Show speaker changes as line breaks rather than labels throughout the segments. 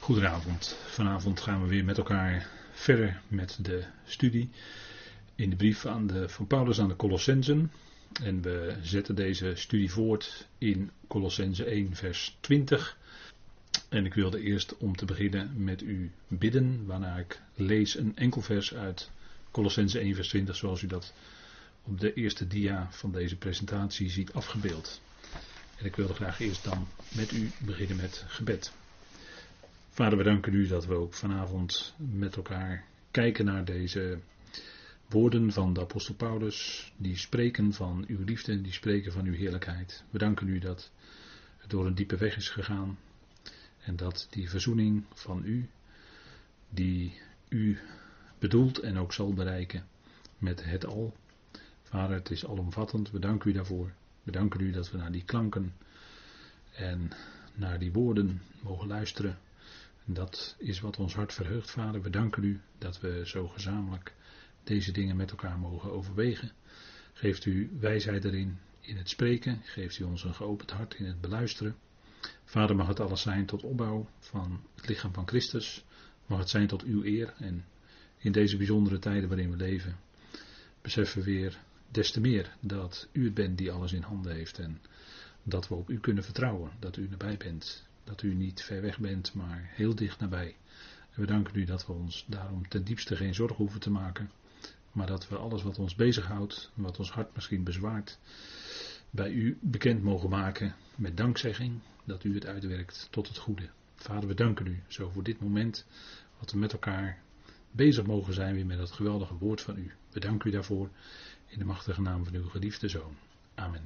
Goedenavond. Vanavond gaan we weer met elkaar verder met de studie in de brief van Paulus aan de Colossenzen. En we zetten deze studie voort in Colossenzen 1 vers 20. En ik wilde eerst om te beginnen met u bidden, waarna ik lees een enkel vers uit Colossenzen 1 vers 20, zoals u dat op de eerste dia van deze presentatie ziet afgebeeld. En ik wilde graag eerst dan met u beginnen met gebed. Vader, we danken u dat we ook vanavond met elkaar kijken naar deze woorden van de apostel Paulus. Die spreken van uw liefde, die spreken van uw heerlijkheid. We danken u dat het door een diepe weg is gegaan. En dat die verzoening van u, die u bedoelt en ook zal bereiken met het al. Vader, het is alomvattend. We danken u daarvoor. We danken u dat we naar die klanken en naar die woorden mogen luisteren. En dat is wat ons hart verheugt, Vader. We danken u dat we zo gezamenlijk deze dingen met elkaar mogen overwegen. Geeft u wijsheid erin in het spreken. Geeft u ons een geopend hart in het beluisteren. Vader, mag het alles zijn tot opbouw van het lichaam van Christus. Mag het zijn tot uw eer. En in deze bijzondere tijden waarin we leven, beseffen we weer des te meer dat u het bent die alles in handen heeft. En dat we op u kunnen vertrouwen. Dat u nabij bent. Dat u niet ver weg bent, maar heel dicht nabij. En we danken u dat we ons daarom ten diepste geen zorgen hoeven te maken. Maar dat we alles wat ons bezighoudt, wat ons hart misschien bezwaart, bij u bekend mogen maken met dankzegging. Dat u het uitwerkt tot het goede. Vader, we danken u zo voor dit moment. Wat we met elkaar bezig mogen zijn weer met dat geweldige woord van u. We danken u daarvoor in de machtige naam van uw geliefde Zoon. Amen.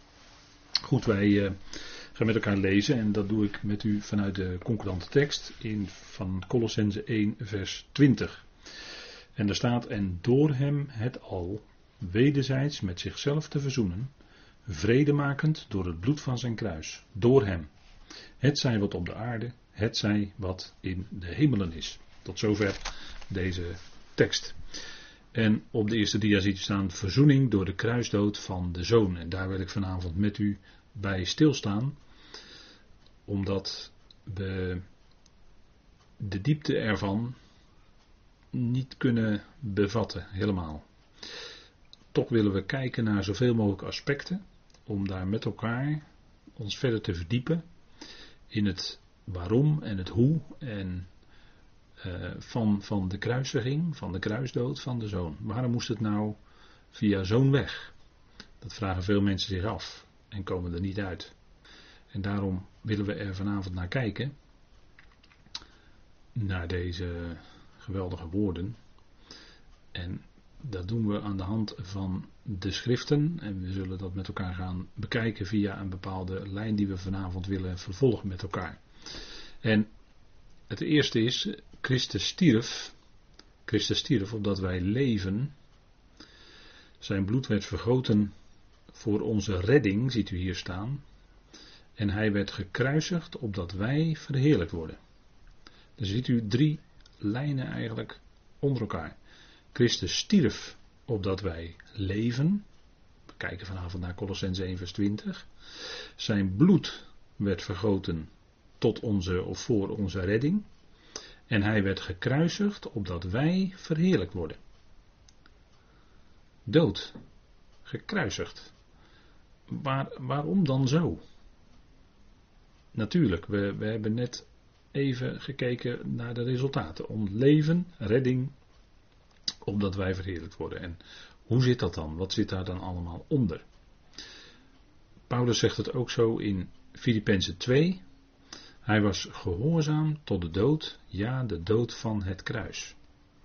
Goed, wij gaan met elkaar lezen en dat doe ik met u vanuit de concordante tekst van Colossenzen 1 vers 20. En daar staat: en door hem het al wederzijds met zichzelf te verzoenen, vredemakend door het bloed van zijn kruis. Door hem. Het zij wat op de aarde, het zij wat in de hemelen is. Tot zover deze tekst. En op de eerste dia ziet u staan: verzoening door de kruisdood van de Zoon. En daar wil ik vanavond met u bij stilstaan. Omdat we de diepte ervan niet kunnen bevatten helemaal. Toch willen we kijken naar zoveel mogelijk aspecten. Om daar met elkaar ons verder te verdiepen. In het waarom en het hoe en van de kruisiging, van de kruisdood van de Zoon. Waarom moest het nou via zo'n weg? Dat vragen veel mensen zich af en komen er niet uit. En daarom willen we er vanavond naar kijken. Naar deze geweldige woorden. En dat doen we aan de hand van de schriften. En we zullen dat met elkaar gaan bekijken via een bepaalde lijn die we vanavond willen vervolgen met elkaar. En het eerste is: Christus stierf opdat wij leven. Zijn bloed werd vergoten voor onze redding, ziet u hier staan. En hij werd gekruisigd opdat wij verheerlijkt worden. Dan ziet u 3 lijnen eigenlijk onder elkaar. Christus stierf opdat wij leven. We kijken vanavond naar Colossenzen 1 vers 20. Zijn bloed werd vergoten tot voor onze redding. En hij werd gekruisigd opdat wij verheerlijkt worden. Dood. Gekruisigd. Waarom dan zo? Natuurlijk, we hebben net even gekeken naar de resultaten. Om leven, redding, opdat wij verheerlijkt worden. En hoe zit dat dan? Wat zit daar dan allemaal onder? Paulus zegt het ook zo in Filippenzen 2. Hij was gehoorzaam tot de dood, ja, de dood van het kruis.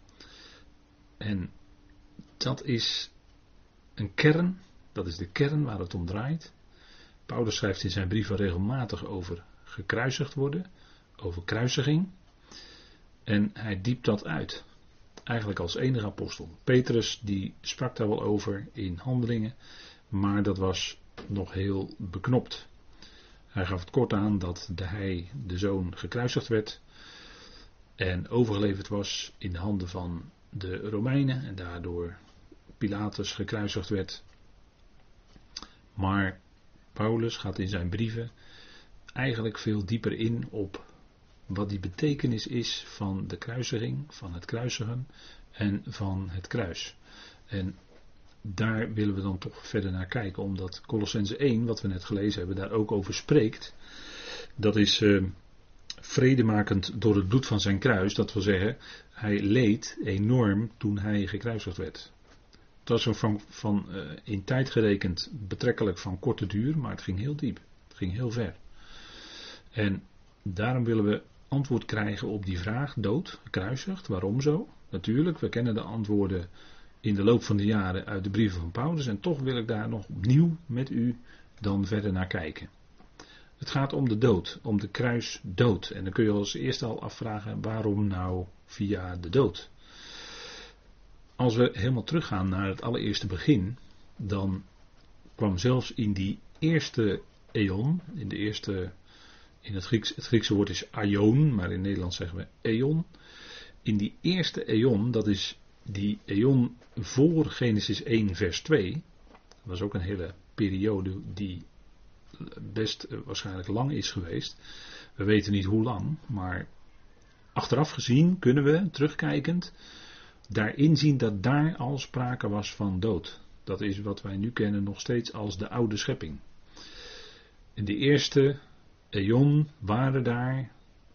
En dat is een kern, dat is de kern waar het om draait. Paulus schrijft in zijn brieven regelmatig over gekruisigd worden, over kruisiging. En hij diept dat uit. Eigenlijk als enige apostel. Petrus die sprak daar wel over in Handelingen, maar dat was nog heel beknopt. Hij gaf het kort aan dat hij, de Zoon, gekruisigd werd en overgeleverd was in de handen van de Romeinen en daardoor Pilatus gekruisigd werd. Maar Paulus gaat in zijn brieven eigenlijk veel dieper in op wat die betekenis is van de kruisiging, van het kruisigen en van het kruis. En daar willen we dan toch verder naar kijken, omdat Kolossenzen 1, wat we net gelezen hebben, daar ook over spreekt. Dat is vredemakend door het bloed van zijn kruis. Dat wil zeggen, hij leed enorm toen hij gekruisigd werd. Het was van in tijd gerekend betrekkelijk van korte duur, maar het ging heel diep. Het ging heel ver. En daarom willen we antwoord krijgen op die vraag, dood, gekruisigd, waarom zo? Natuurlijk, we kennen de antwoorden in de loop van de jaren uit de brieven van Paulus en toch wil ik daar nog opnieuw met u dan verder naar kijken. Het gaat om de dood, om de kruisdood. En dan kun je als eerste al afvragen, waarom nou via de dood? Als we helemaal teruggaan naar het allereerste begin, dan kwam zelfs in die eerste eon, in het Griekse woord is aion, maar in het Nederlands zeggen we eon. In die eerste eon, dat is die eon voor Genesis 1 vers 2, dat was ook een hele periode die best waarschijnlijk lang is geweest. We weten niet hoe lang, maar achteraf gezien kunnen we, terugkijkend, daarin zien dat daar al sprake was van dood. Dat is wat wij nu kennen nog steeds als de oude schepping. In de eerste eon waren daar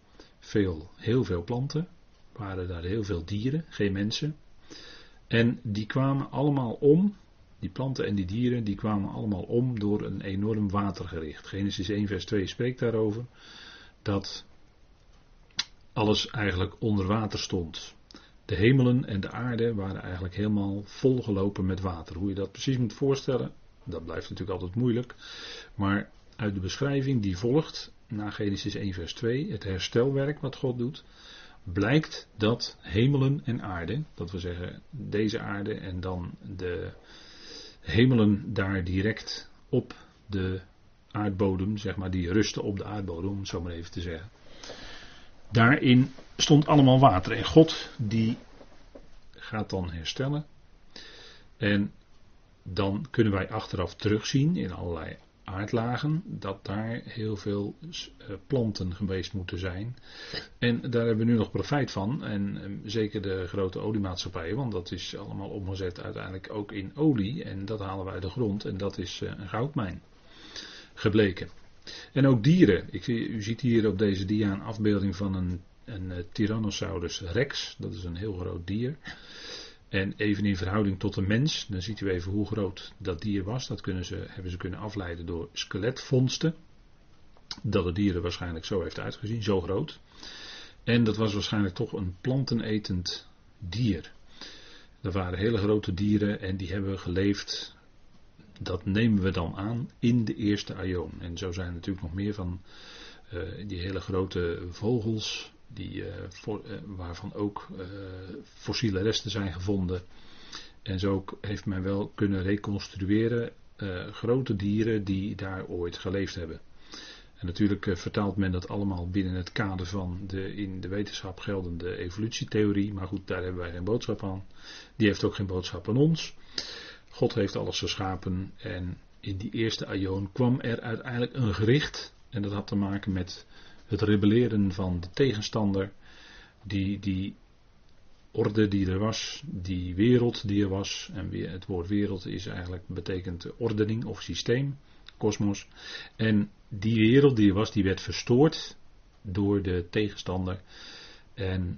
heel veel planten, waren daar heel veel dieren, geen mensen. En die kwamen allemaal om, die planten en die dieren, die kwamen allemaal om door een enorm watergericht. Genesis 1 vers 2 spreekt daarover, dat alles eigenlijk onder water stond. De hemelen en de aarde waren eigenlijk helemaal volgelopen met water. Hoe je dat precies moet voorstellen, dat blijft natuurlijk altijd moeilijk. Maar uit de beschrijving die volgt, na Genesis 1 vers 2, het herstelwerk wat God doet, blijkt dat hemelen en aarde, dat wil zeggen deze aarde en dan de hemelen daar direct op de aardbodem, zeg maar, die rusten op de aardbodem, om het zo maar even te zeggen. Daarin stond allemaal water en God die gaat dan herstellen. En dan kunnen wij achteraf terugzien in allerlei aardlagen dat daar heel veel planten geweest moeten zijn. En daar hebben we nu nog profijt van. En zeker de grote oliemaatschappijen, want dat is allemaal omgezet uiteindelijk ook in olie. En dat halen we uit de grond en dat is een goudmijn gebleken. En ook dieren. U ziet hier op deze dia een afbeelding van een Tyrannosaurus rex. Dat is een heel groot dier. En even in verhouding tot de mens, dan ziet u even hoe groot dat dier was. Dat hebben ze kunnen afleiden door skeletvondsten. Dat het dier er waarschijnlijk zo heeft uitgezien, zo groot. En dat was waarschijnlijk toch een plantenetend dier. Dat waren hele grote dieren en die hebben geleefd, dat nemen we dan aan, in de eerste aion. En zo zijn er natuurlijk nog meer van die hele grote vogels, waarvan ook fossiele resten zijn gevonden. En zo heeft men wel kunnen reconstrueren grote dieren die daar ooit geleefd hebben. En natuurlijk vertaalt men dat allemaal binnen het kader van de in de wetenschap geldende evolutietheorie. Maar goed, daar hebben wij geen boodschap aan. Die heeft ook geen boodschap aan ons. God heeft alles geschapen en in die eerste aion kwam er uiteindelijk een gericht. En dat had te maken met het rebelleren van de tegenstander. Die orde die er was, die wereld die er was. En het woord wereld betekent ordening of systeem, kosmos. En die wereld die er was, die werd verstoord door de tegenstander. En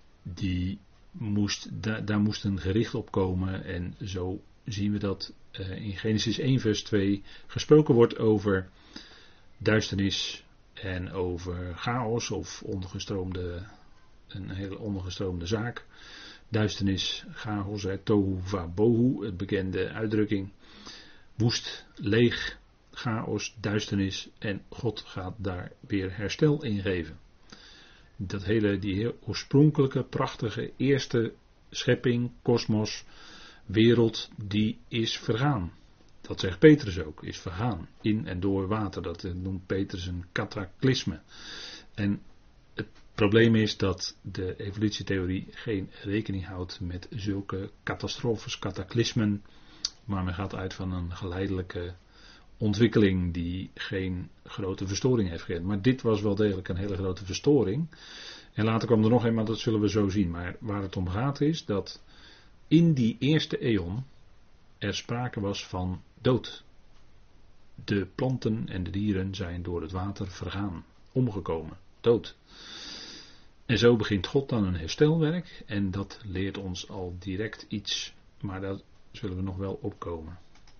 daar moest een gericht op komen. En zo zien we dat in Genesis 1 vers 2 gesproken wordt over duisternis en over chaos of een hele ondergestroomde zaak. Duisternis, chaos, tohu vabohu, het bekende uitdrukking. Woest, leeg, chaos, duisternis en God gaat daar weer herstel in geven. Die heel oorspronkelijke, prachtige eerste schepping, kosmos, wereld, die is vergaan. Dat zegt Petrus ook, is vergaan. In en door water, dat noemt Petrus een cataclysme. En het probleem is dat de evolutietheorie geen rekening houdt met zulke catastrofes, cataclysmen. Maar men gaat uit van een geleidelijke ontwikkeling die geen grote verstoring heeft gekend. Maar dit was wel degelijk een hele grote verstoring. En later kwam er nog een, maar dat zullen we zo zien. Maar waar het om gaat is dat in die eerste eon er sprake was van dood. De planten en de dieren zijn door het water vergaan, omgekomen, dood. En zo begint God dan een herstelwerk en dat leert ons al direct iets. Maar daar zullen we nog wel opkomen.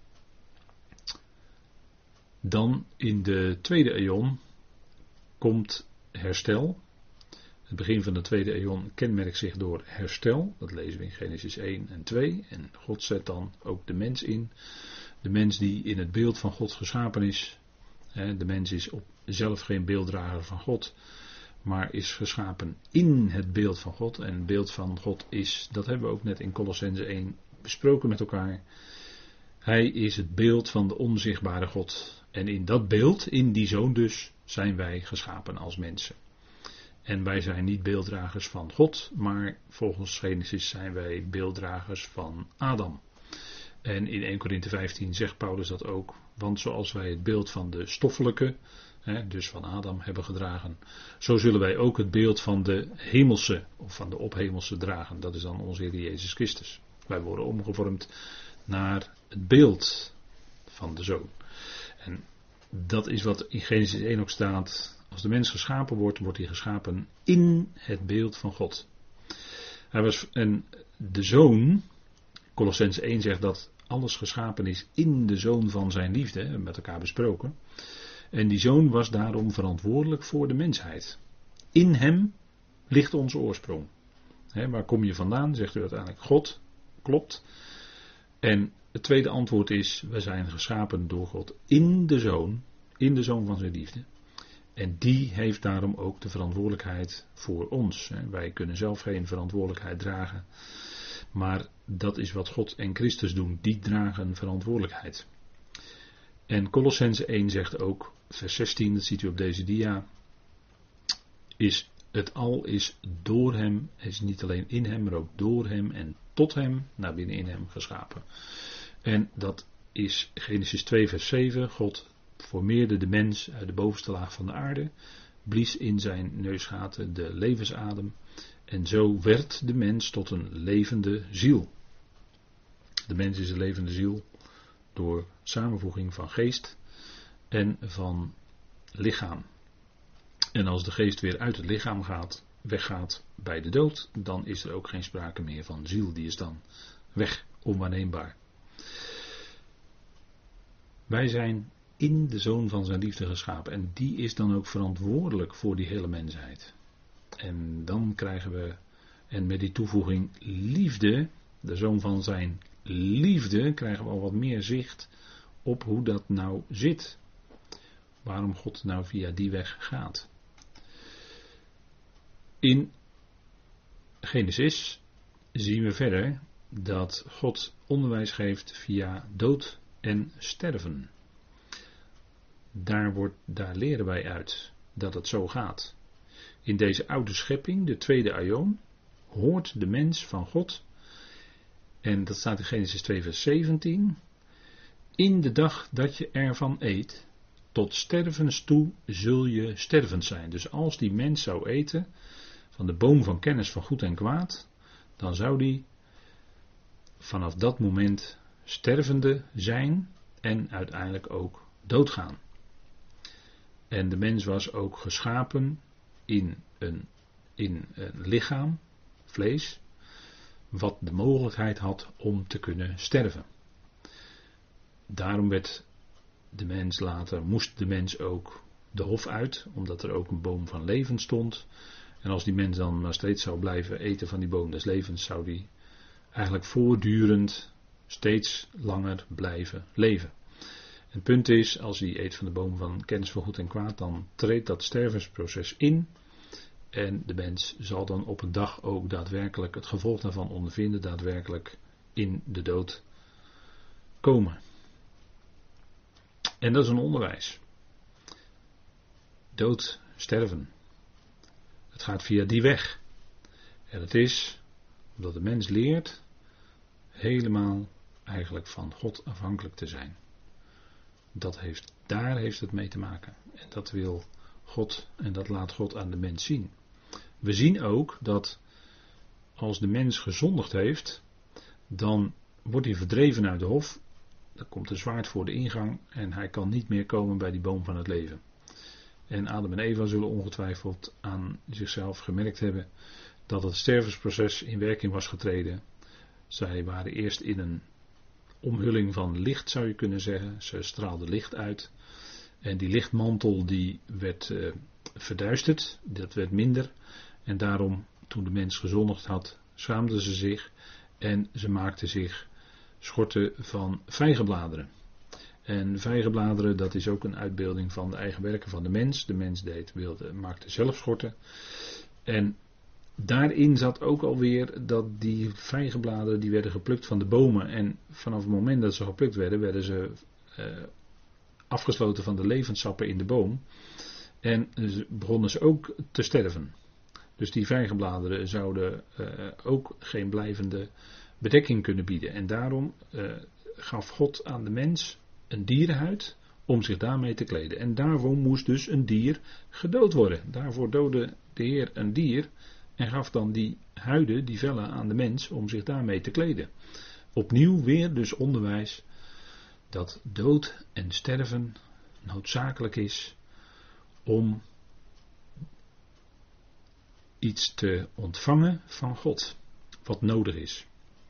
Dan in de tweede eon komt herstel. Het begin van de tweede eon kenmerkt zich door herstel. Dat lezen we in Genesis 1 en 2. En God zet dan ook de mens in. De mens die in het beeld van God geschapen is. De mens is zelf geen beelddrager van God. Maar is geschapen in het beeld van God. En het beeld van God is, dat hebben we ook net in Kolossenzen 1 besproken met elkaar. Hij is het beeld van de onzichtbare God. En in dat beeld, in die zoon dus, zijn wij geschapen als mensen. En wij zijn niet beelddragers van God, maar volgens Genesis zijn wij beelddragers van Adam. En in 1 Korinthe 15 zegt Paulus dat ook. Want zoals wij het beeld van de stoffelijke, dus van Adam, hebben gedragen, zo zullen wij ook het beeld van de hemelse, of van de ophemelse dragen. Dat is dan onze Heer Jezus Christus. Wij worden omgevormd naar het beeld van de Zoon. En dat is wat in Genesis 1 ook staat. Als de mens geschapen wordt, wordt hij geschapen in het beeld van God. En de Zoon, Kolossenzen 1 zegt dat alles geschapen is in de Zoon van zijn liefde, hebben we met elkaar besproken. En die Zoon was daarom verantwoordelijk voor de mensheid. In hem ligt onze oorsprong. Waar kom je vandaan? Zegt u uiteindelijk God. Klopt. En het tweede antwoord is, we zijn geschapen door God in de Zoon van zijn liefde. En die heeft daarom ook de verantwoordelijkheid voor ons. Wij kunnen zelf geen verantwoordelijkheid dragen. Maar dat is wat God en Christus doen. Die dragen verantwoordelijkheid. En Kolossenzen 1 zegt ook, vers 16, dat ziet u op deze dia. Het al is door hem, het is niet alleen in hem, maar ook door hem en tot hem, naar binnen in hem geschapen. En dat is Genesis 2 vers 7, God formeerde de mens uit de bovenste laag van de aarde, blies in zijn neusgaten de levensadem en zo werd de mens tot een levende ziel. De mens is een levende ziel door samenvoeging van geest en van lichaam. En als de geest weer uit het lichaam weggaat bij de dood, dan is er ook geen sprake meer van ziel, die is dan weg, onwaarneembaar. Wij zijn in de Zoon van zijn liefde geschapen. En die is dan ook verantwoordelijk voor die hele mensheid. En dan krijgen we, en met die toevoeging liefde, de Zoon van zijn liefde, krijgen we al wat meer zicht op hoe dat nou zit. Waarom God nou via die weg gaat. In Genesis zien we verder dat God onderwijs geeft via dood en sterven. Daar leren wij uit dat het zo gaat. In deze oude schepping, de tweede aion, hoort de mens van God, en dat staat in Genesis 2 vers 17, in de dag dat je ervan eet, tot stervens toe zul je stervend zijn. Dus als die mens zou eten van de boom van kennis van goed en kwaad, dan zou die vanaf dat moment stervende zijn en uiteindelijk ook doodgaan. En de mens was ook geschapen in een lichaam, vlees, wat de mogelijkheid had om te kunnen sterven. Daarom moest de mens ook de hof uit, omdat er ook een boom van leven stond. En als die mens dan maar steeds zou blijven eten van die boom des levens, zou die eigenlijk voortdurend steeds langer blijven leven. Het punt is, als hij eet van de boom van kennis van goed en kwaad, dan treedt dat stervensproces in. En de mens zal dan op een dag ook daadwerkelijk het gevolg daarvan ondervinden, daadwerkelijk in de dood komen. En dat is een onderwijs. Dood, sterven. Het gaat via die weg. En het is, omdat de mens leert, helemaal eigenlijk van God afhankelijk te zijn. Daar heeft het mee te maken. En dat wil God en dat laat God aan de mens zien. We zien ook dat als de mens gezondigd heeft, dan wordt hij verdreven uit de hof. Dan komt een zwaard voor de ingang en hij kan niet meer komen bij die boom van het leven. En Adam en Eva zullen ongetwijfeld aan zichzelf gemerkt hebben dat het stervensproces in werking was getreden. Zij waren eerst in een omhulling van licht, zou je kunnen zeggen. Ze straalden licht uit. En die lichtmantel die werd verduisterd, dat werd minder. En daarom, toen de mens gezondigd had, schaamden ze zich en ze maakten zich schorten van vijgenbladeren. En vijgenbladeren, dat is ook een uitbeelding van de eigen werken van de mens. De mens maakte zelf schorten. En daarin zat ook alweer dat die vijgenbladeren die werden geplukt van de bomen. En vanaf het moment dat ze geplukt werden, werden ze afgesloten van de levenssappen in de boom. En begonnen ze ook te sterven. Dus die vijgenbladeren zouden ook geen blijvende bedekking kunnen bieden. En daarom gaf God aan de mens een dierenhuid om zich daarmee te kleden. En daarvoor moest dus een dier gedood worden. Daarvoor doodde de Heer een dier en gaf dan die huiden, die vellen aan de mens om zich daarmee te kleden. Opnieuw weer dus onderwijs dat dood en sterven noodzakelijk is om iets te ontvangen van God, wat nodig is.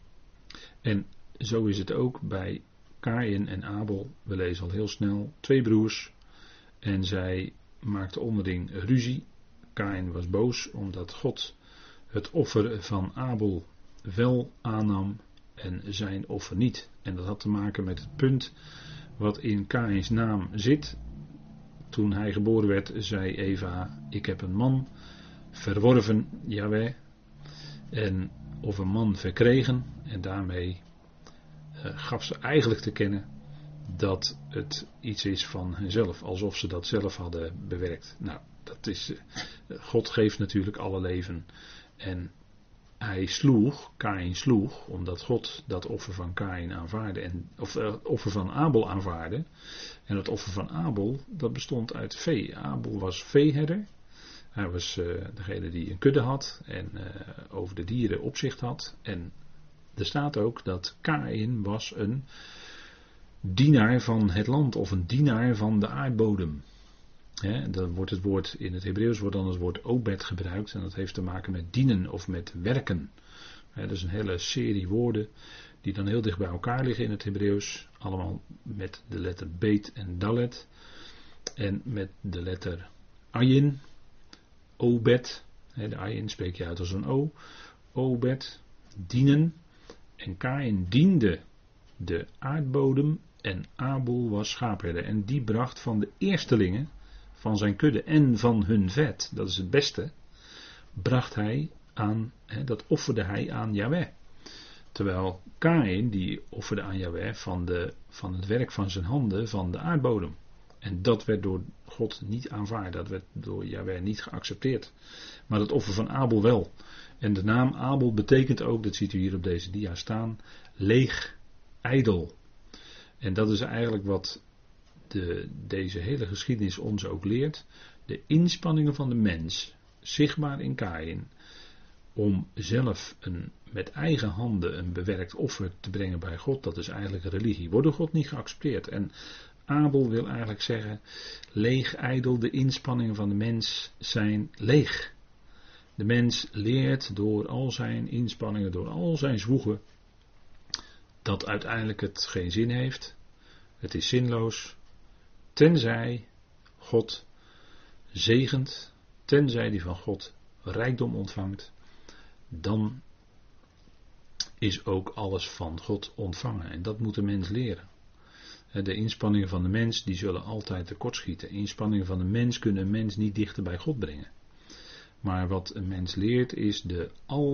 En zo is het ook bij Kaïn en Abel. We lezen al heel snel, 2 broers en zij maakten onderling ruzie. Kaïn was boos omdat God het offer van Abel wel aannam en zijn offer niet. En dat had te maken met het punt wat in Kaïns naam zit. Toen hij geboren werd, zei Eva: ik heb een man verworven, Jahweh, of een man verkregen. En daarmee gaf ze eigenlijk te kennen dat het iets is van henzelf, alsof ze dat zelf hadden bewerkt. Nou, dat is, God geeft natuurlijk alle leven. En Kaïn sloeg, omdat God dat offer van Kaïn aanvaarde, het offer van Abel aanvaarde. En het offer van Abel, dat bestond uit vee. Abel was veeherder. Hij was degene die een kudde had en over de dieren opzicht had. En er staat ook dat Kaïn was een dienaar van het land of een dienaar van de aardbodem. Dan wordt het woord in het Hebreeuws wordt dan het woord obed gebruikt en dat heeft te maken met dienen of met werken. Dat is een hele serie woorden die dan heel dicht bij elkaar liggen in het Hebreeuws. Allemaal met de letter bet en dalet en met de letter ayin, obed. De ayin spreek je uit als een o. Obed, dienen. En Kaïn diende de aardbodem en Abel was schaapherder. En die bracht van de eerstelingen van zijn kudde en van hun vet, dat is het beste, bracht hij aan, dat offerde hij aan Jahweh. Terwijl Kaïn die offerde aan Jahweh van het werk van zijn handen van de aardbodem. En dat werd door God niet aanvaard, dat werd door Jahweh niet geaccepteerd. Maar het offer van Abel wel. En de naam Abel betekent ook, dat ziet u hier op deze dia staan, leeg, ijdel. En dat is eigenlijk wat deze hele geschiedenis ons ook leert. De inspanningen van de mens, zichtbaar in Kaïn, om zelf met eigen handen een bewerkt offer te brengen bij God, dat is eigenlijk religie, wordt door God niet geaccepteerd. En Abel wil eigenlijk zeggen, leeg, ijdel, de inspanningen van de mens zijn leeg. De mens leert door al zijn inspanningen, door al zijn zwoegen, dat uiteindelijk het geen zin heeft. Het is zinloos, tenzij God zegent, tenzij die van God rijkdom ontvangt, dan is ook alles van God ontvangen. En dat moet de mens leren. De inspanningen van de mens, die zullen altijd tekortschieten. Inspanningen van de mens kunnen een mens niet dichter bij God brengen. Maar wat een mens leert is het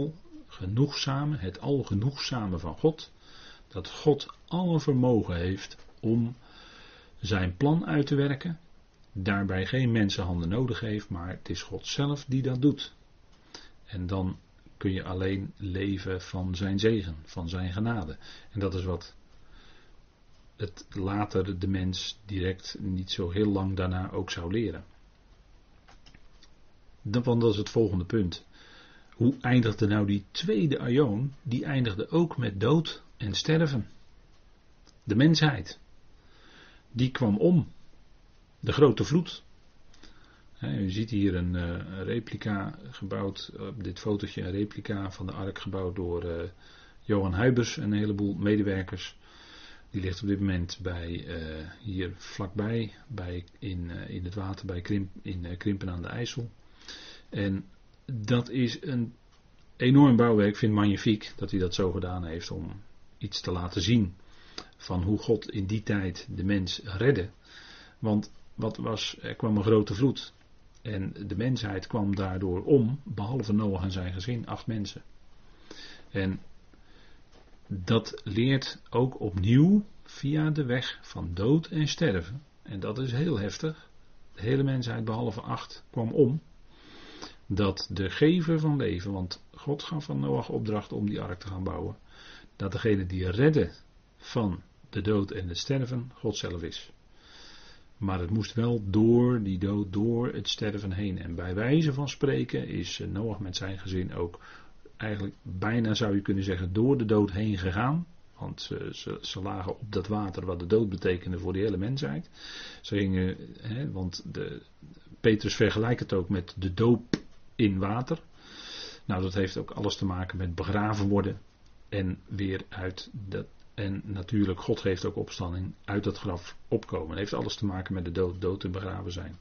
algenoegzame van God. Dat God alle vermogen heeft om zijn plan uit te werken. Daarbij geen mensenhanden nodig heeft, maar het is God zelf die dat doet. En dan kun je alleen leven van zijn zegen, van zijn genade. En dat is wat het later de mens direct niet zo heel lang daarna ook zou leren. Want dat is het volgende punt. Hoe eindigde nou die tweede aion? Die eindigde ook met dood en sterven. De mensheid. Die kwam om. De grote vloed. U ziet hier een replica gebouwd, op dit fotootje een replica van de ark gebouwd door Johan Huibers en een heleboel medewerkers. Die ligt op dit moment hier vlakbij in het water bij Krimpen aan de IJssel. En dat is een enorm bouwwerk. Ik vind het magnifiek dat hij dat zo gedaan heeft om iets te laten zien van hoe God in die tijd de mens redde. Want er kwam een grote vloed. En de mensheid kwam daardoor om, behalve Noach en zijn gezin, 8 mensen. En dat leert ook opnieuw via de weg van dood en sterven. En dat is heel heftig. De hele mensheid behalve 8 kwam om. Dat de gever van leven, want God gaf aan Noach opdracht om die ark te gaan bouwen. Dat degene die redde van de dood en het sterven God zelf is. Maar het moest wel door die dood, door het sterven heen. En bij wijze van spreken is Noach met zijn gezin ook eigenlijk bijna, zou je kunnen zeggen, door de dood heen gegaan. Want ze lagen op dat water wat de dood betekende voor de hele mensheid. Ze gingen, want Petrus vergelijkt het ook met de doop in water. Nou, dat heeft ook alles te maken met begraven worden. En weer uit dat. En natuurlijk, God geeft ook opstanding uit dat graf opkomen. Het heeft alles te maken met de dood en begraven zijn.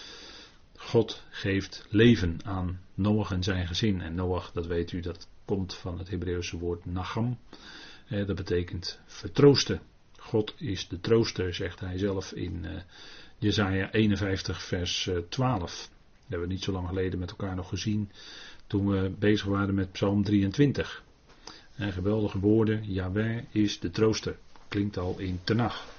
God geeft leven aan Noach en zijn gezin. En Noach, dat weet u, dat komt van het Hebreeuwse woord nacham. Dat betekent vertroosten. God is de trooster, zegt hij zelf in Jesaja 51 vers 12. Dat hebben we niet zo lang geleden met elkaar nog gezien toen we bezig waren met Psalm 23. En geweldige woorden, Yahweh is de trooster. Klinkt al in Tenach.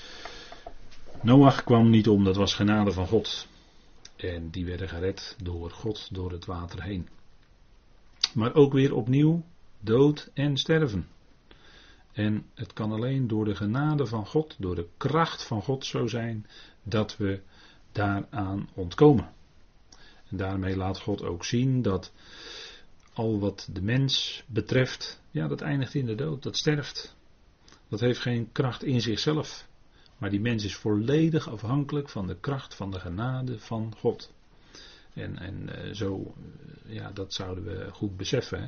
Noach kwam niet om, dat was genade van God. En die werden gered door God, door het water heen. Maar ook weer opnieuw dood en sterven. En het kan alleen door de genade van God, door de kracht van God zo zijn, dat we daaraan ontkomen. En daarmee laat God ook zien dat al wat de mens betreft, ja, dat eindigt in de dood, dat sterft. Dat heeft geen kracht in zichzelf. Maar die mens is volledig afhankelijk van de kracht van de genade van God. En zo, ja, dat zouden we goed beseffen. Hè?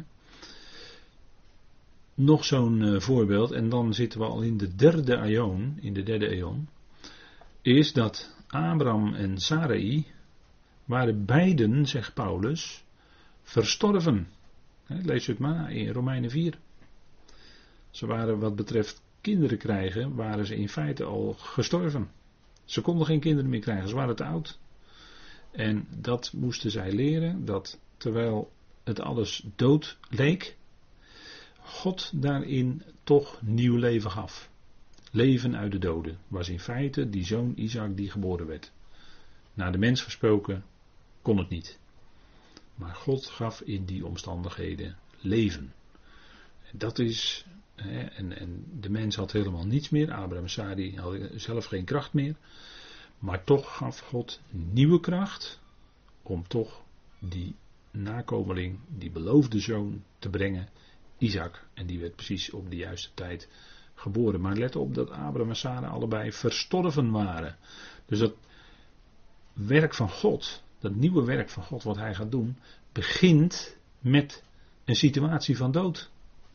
Nog zo'n voorbeeld, en dan zitten we al in de derde eon, is dat Abraham en Sarai waren beiden, zegt Paulus, verstorven. Lees het maar in Romeinen 4. Ze waren wat betreft kinderen krijgen, waren ze in feite al gestorven. Ze konden geen kinderen meer krijgen, ze waren te oud. En dat moesten zij leren, dat terwijl het alles dood leek, God daarin toch nieuw leven gaf. Leven uit de doden was in feite die zoon Isaac die geboren werd. Naar de mens gesproken kon het niet. Maar God gaf in die omstandigheden leven. En dat is, en de mens had helemaal niets meer. Abraham en Sarai hadden zelf geen kracht meer. Maar toch gaf God nieuwe kracht om toch die nakomeling, die beloofde zoon te brengen, Isaac. En die werd precies op de juiste tijd geboren. Maar let op dat Abraham en Sarai allebei verstorven waren. Dus dat werk van God, dat nieuwe werk van God wat hij gaat doen, begint met een situatie van dood.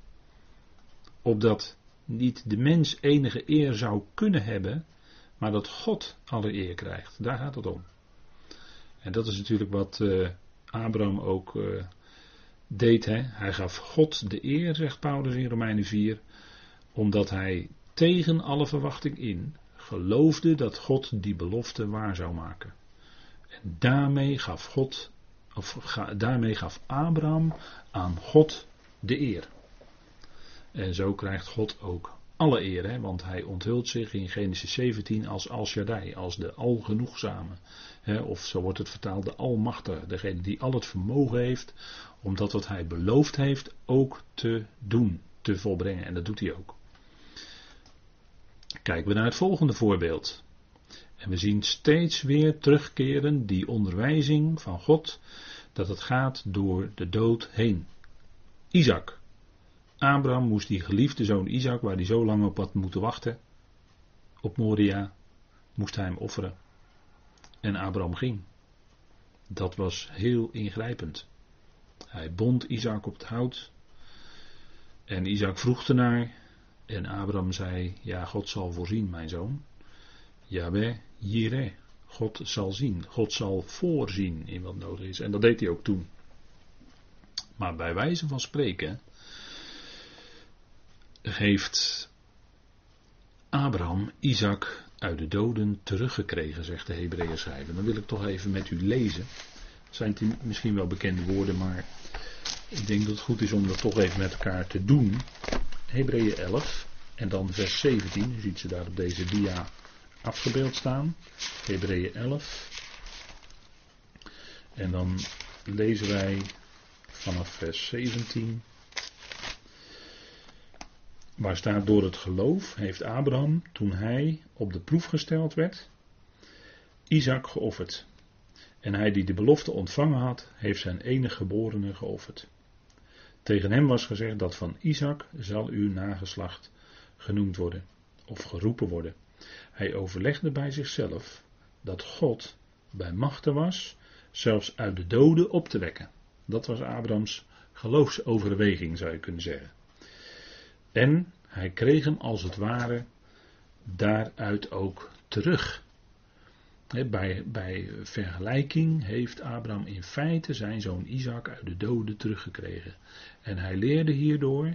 Opdat niet de mens enige eer zou kunnen hebben, maar dat God alle eer krijgt. Daar gaat het om. En dat is natuurlijk wat Abraham ook deed. Hè? Hij gaf God de eer, zegt Paulus in Romeinen 4, omdat hij tegen alle verwachting in geloofde dat God die belofte waar zou maken. En daarmee gaf Abraham aan God de eer. En zo krijgt God ook alle eer, hè? Want hij onthult zich in Genesis 17 als Al Shaddai, als de algenoegzame. Hè? Of zo wordt het vertaald, de almachtige, degene die al het vermogen heeft om dat wat hij beloofd heeft ook te doen, te volbrengen. En dat doet hij ook. Kijken we naar het volgende voorbeeld. En we zien steeds weer terugkeren die onderwijzing van God, dat het gaat door de dood heen. Isaac. Abraham moest die geliefde zoon Isaac, waar hij zo lang op had moeten wachten, op Moria, moest hij hem offeren. En Abraham ging. Dat was heel ingrijpend. Hij bond Isaac op het hout. En Isaac vroeg ernaar. En Abraham zei, ja, God zal voorzien, mijn zoon. Yahweh, Jireh. God zal zien. God zal voorzien in wat nodig is. En dat deed hij ook toen. Maar bij wijze van spreken heeft Abraham Isaac uit de doden teruggekregen, zegt de Hebreeën schrijver. Dan wil ik toch even met u lezen. Zijn het misschien wel bekende woorden, maar ik denk dat het goed is om dat toch even met elkaar te doen. Hebreeën 11 en dan vers 17. U ziet ze daar op deze dia afgebeeld staan. Hebreeën 11. En dan lezen wij vanaf vers 17. Waar staat, door het geloof heeft Abraham, toen hij op de proef gesteld werd, Isaac geofferd. En hij die de belofte ontvangen had, heeft zijn enige geborene geofferd. Tegen hem was gezegd dat van Isaac zal uw nageslacht genoemd worden, of geroepen worden. Hij overlegde bij zichzelf dat God bij machte was, zelfs uit de doden op te wekken. Dat was Abrahams geloofsoverweging, zou je kunnen zeggen. En hij kreeg hem als het ware daaruit ook terug. Bij vergelijking heeft Abraham in feite zijn zoon Isaac uit de doden teruggekregen. En hij leerde hierdoor,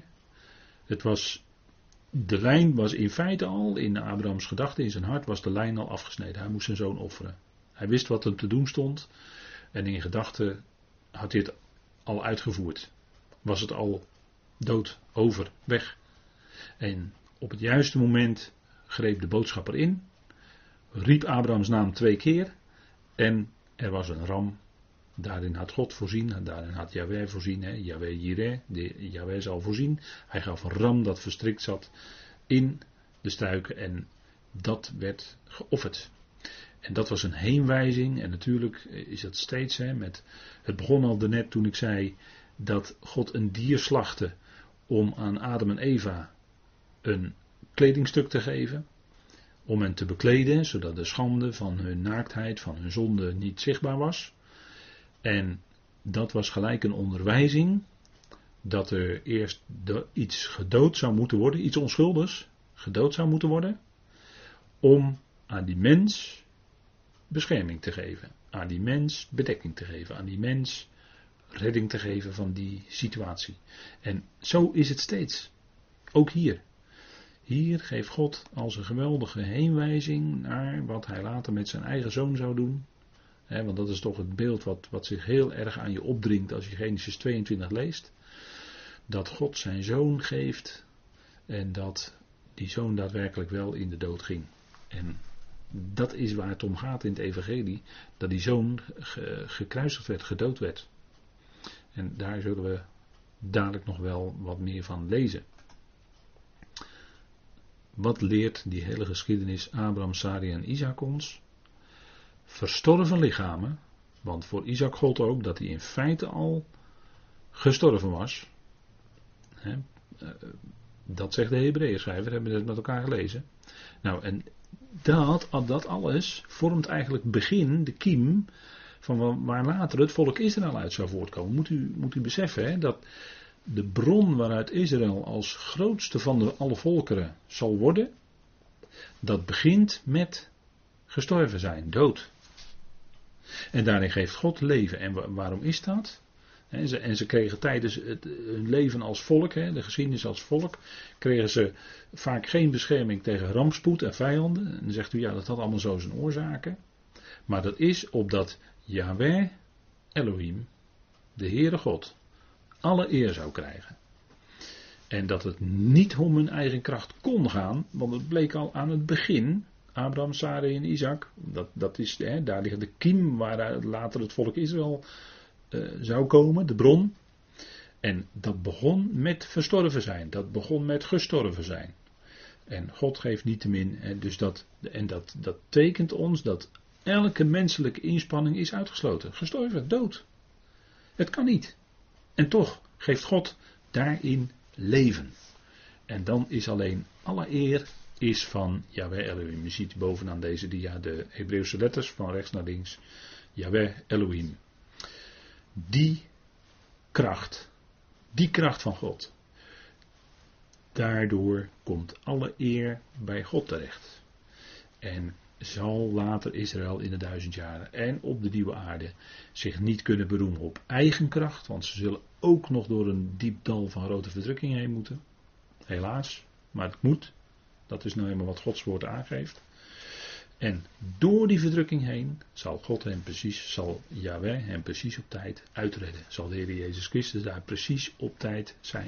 de lijn was in feite al, in Abrahams gedachten, in zijn hart was de lijn al afgesneden. Hij moest zijn zoon offeren. Hij wist wat hem te doen stond en in gedachten had hij het al uitgevoerd. Was het al dood, over, weg. En op het juiste moment greep de boodschapper in, riep Abrahams naam 2 keer en er was een ram. Daarin had God voorzien, daarin had Yahweh voorzien, Yahweh Jireh, Yahweh zal voorzien. Hij gaf een ram dat verstrikt zat in de struiken en dat werd geofferd. En dat was een heenwijzing en natuurlijk is dat steeds, het begon al daarnet toen ik zei dat God een dier slachtte om aan Adam en Eva een kledingstuk te geven, om hen te bekleden, zodat de schande van hun naaktheid, van hun zonde niet zichtbaar was. En dat was gelijk een onderwijzing dat er eerst iets gedood zou moeten worden, iets onschuldigs gedood zou moeten worden, om aan die mens bescherming te geven, aan die mens bedekking te geven, aan die mens redding te geven van die situatie. En zo is het steeds, ook hier. Hier geeft God als een geweldige heenwijzing naar wat hij later met zijn eigen zoon zou doen. Want dat is toch het beeld wat zich heel erg aan je opdringt als je Genesis 22 leest. Dat God zijn zoon geeft en dat die zoon daadwerkelijk wel in de dood ging. En dat is waar het om gaat in het evangelie. Dat die zoon gekruisigd werd, gedood werd. En daar zullen we dadelijk nog wel wat meer van lezen. Wat leert die hele geschiedenis Abraham, Sarai en Isaac ons? Verstorven lichamen, want voor Isaac gold ook dat hij in feite al gestorven was. Dat zegt de Hebreeën schrijver, hebben we het met elkaar gelezen. Nou, en dat alles vormt eigenlijk begin, de kiem, van waar later het volk Israël uit zou voortkomen. Moet u beseffen, dat de bron waaruit Israël als grootste van alle volkeren zal worden, dat begint met gestorven zijn, dood. En daarin geeft God leven. En waarom is dat? En ze kregen tijdens hun leven als volk, de geschiedenis als volk, kregen ze vaak geen bescherming tegen rampspoed en vijanden. En dan zegt u, ja, dat had allemaal zo zijn oorzaken. Maar dat is opdat Yahweh Elohim, de Heere God, alle eer zou krijgen. En dat het niet om hun eigen kracht kon gaan, want het bleek al aan het begin, Abraham, Sarai en Isaac, dat is, daar ligt de kiem waaruit later het volk Israël zou komen, de bron. En dat begon met verstorven zijn, dat begon met gestorven zijn. En God geeft niettemin. Dus dat tekent ons dat elke menselijke inspanning is uitgesloten. Gestorven, dood. Het kan niet. En toch geeft God daarin leven. En dan is alleen alle eer is van Yahweh Elohim. Je ziet bovenaan deze dia de Hebreeuwse letters van rechts naar links. Yahweh Elohim. Die kracht van God. Daardoor komt alle eer bij God terecht. En zal later Israël in de 1000 jaren en op de nieuwe aarde zich niet kunnen beroemen op eigen kracht. Want ze zullen ook nog door een diep dal van grote verdrukking heen moeten. Helaas, maar het moet. Dat is nou eenmaal wat Gods woord aangeeft. En door die verdrukking heen zal Yahweh hem precies op tijd uitredden. Zal de Heer Jezus Christus daar precies op tijd zijn.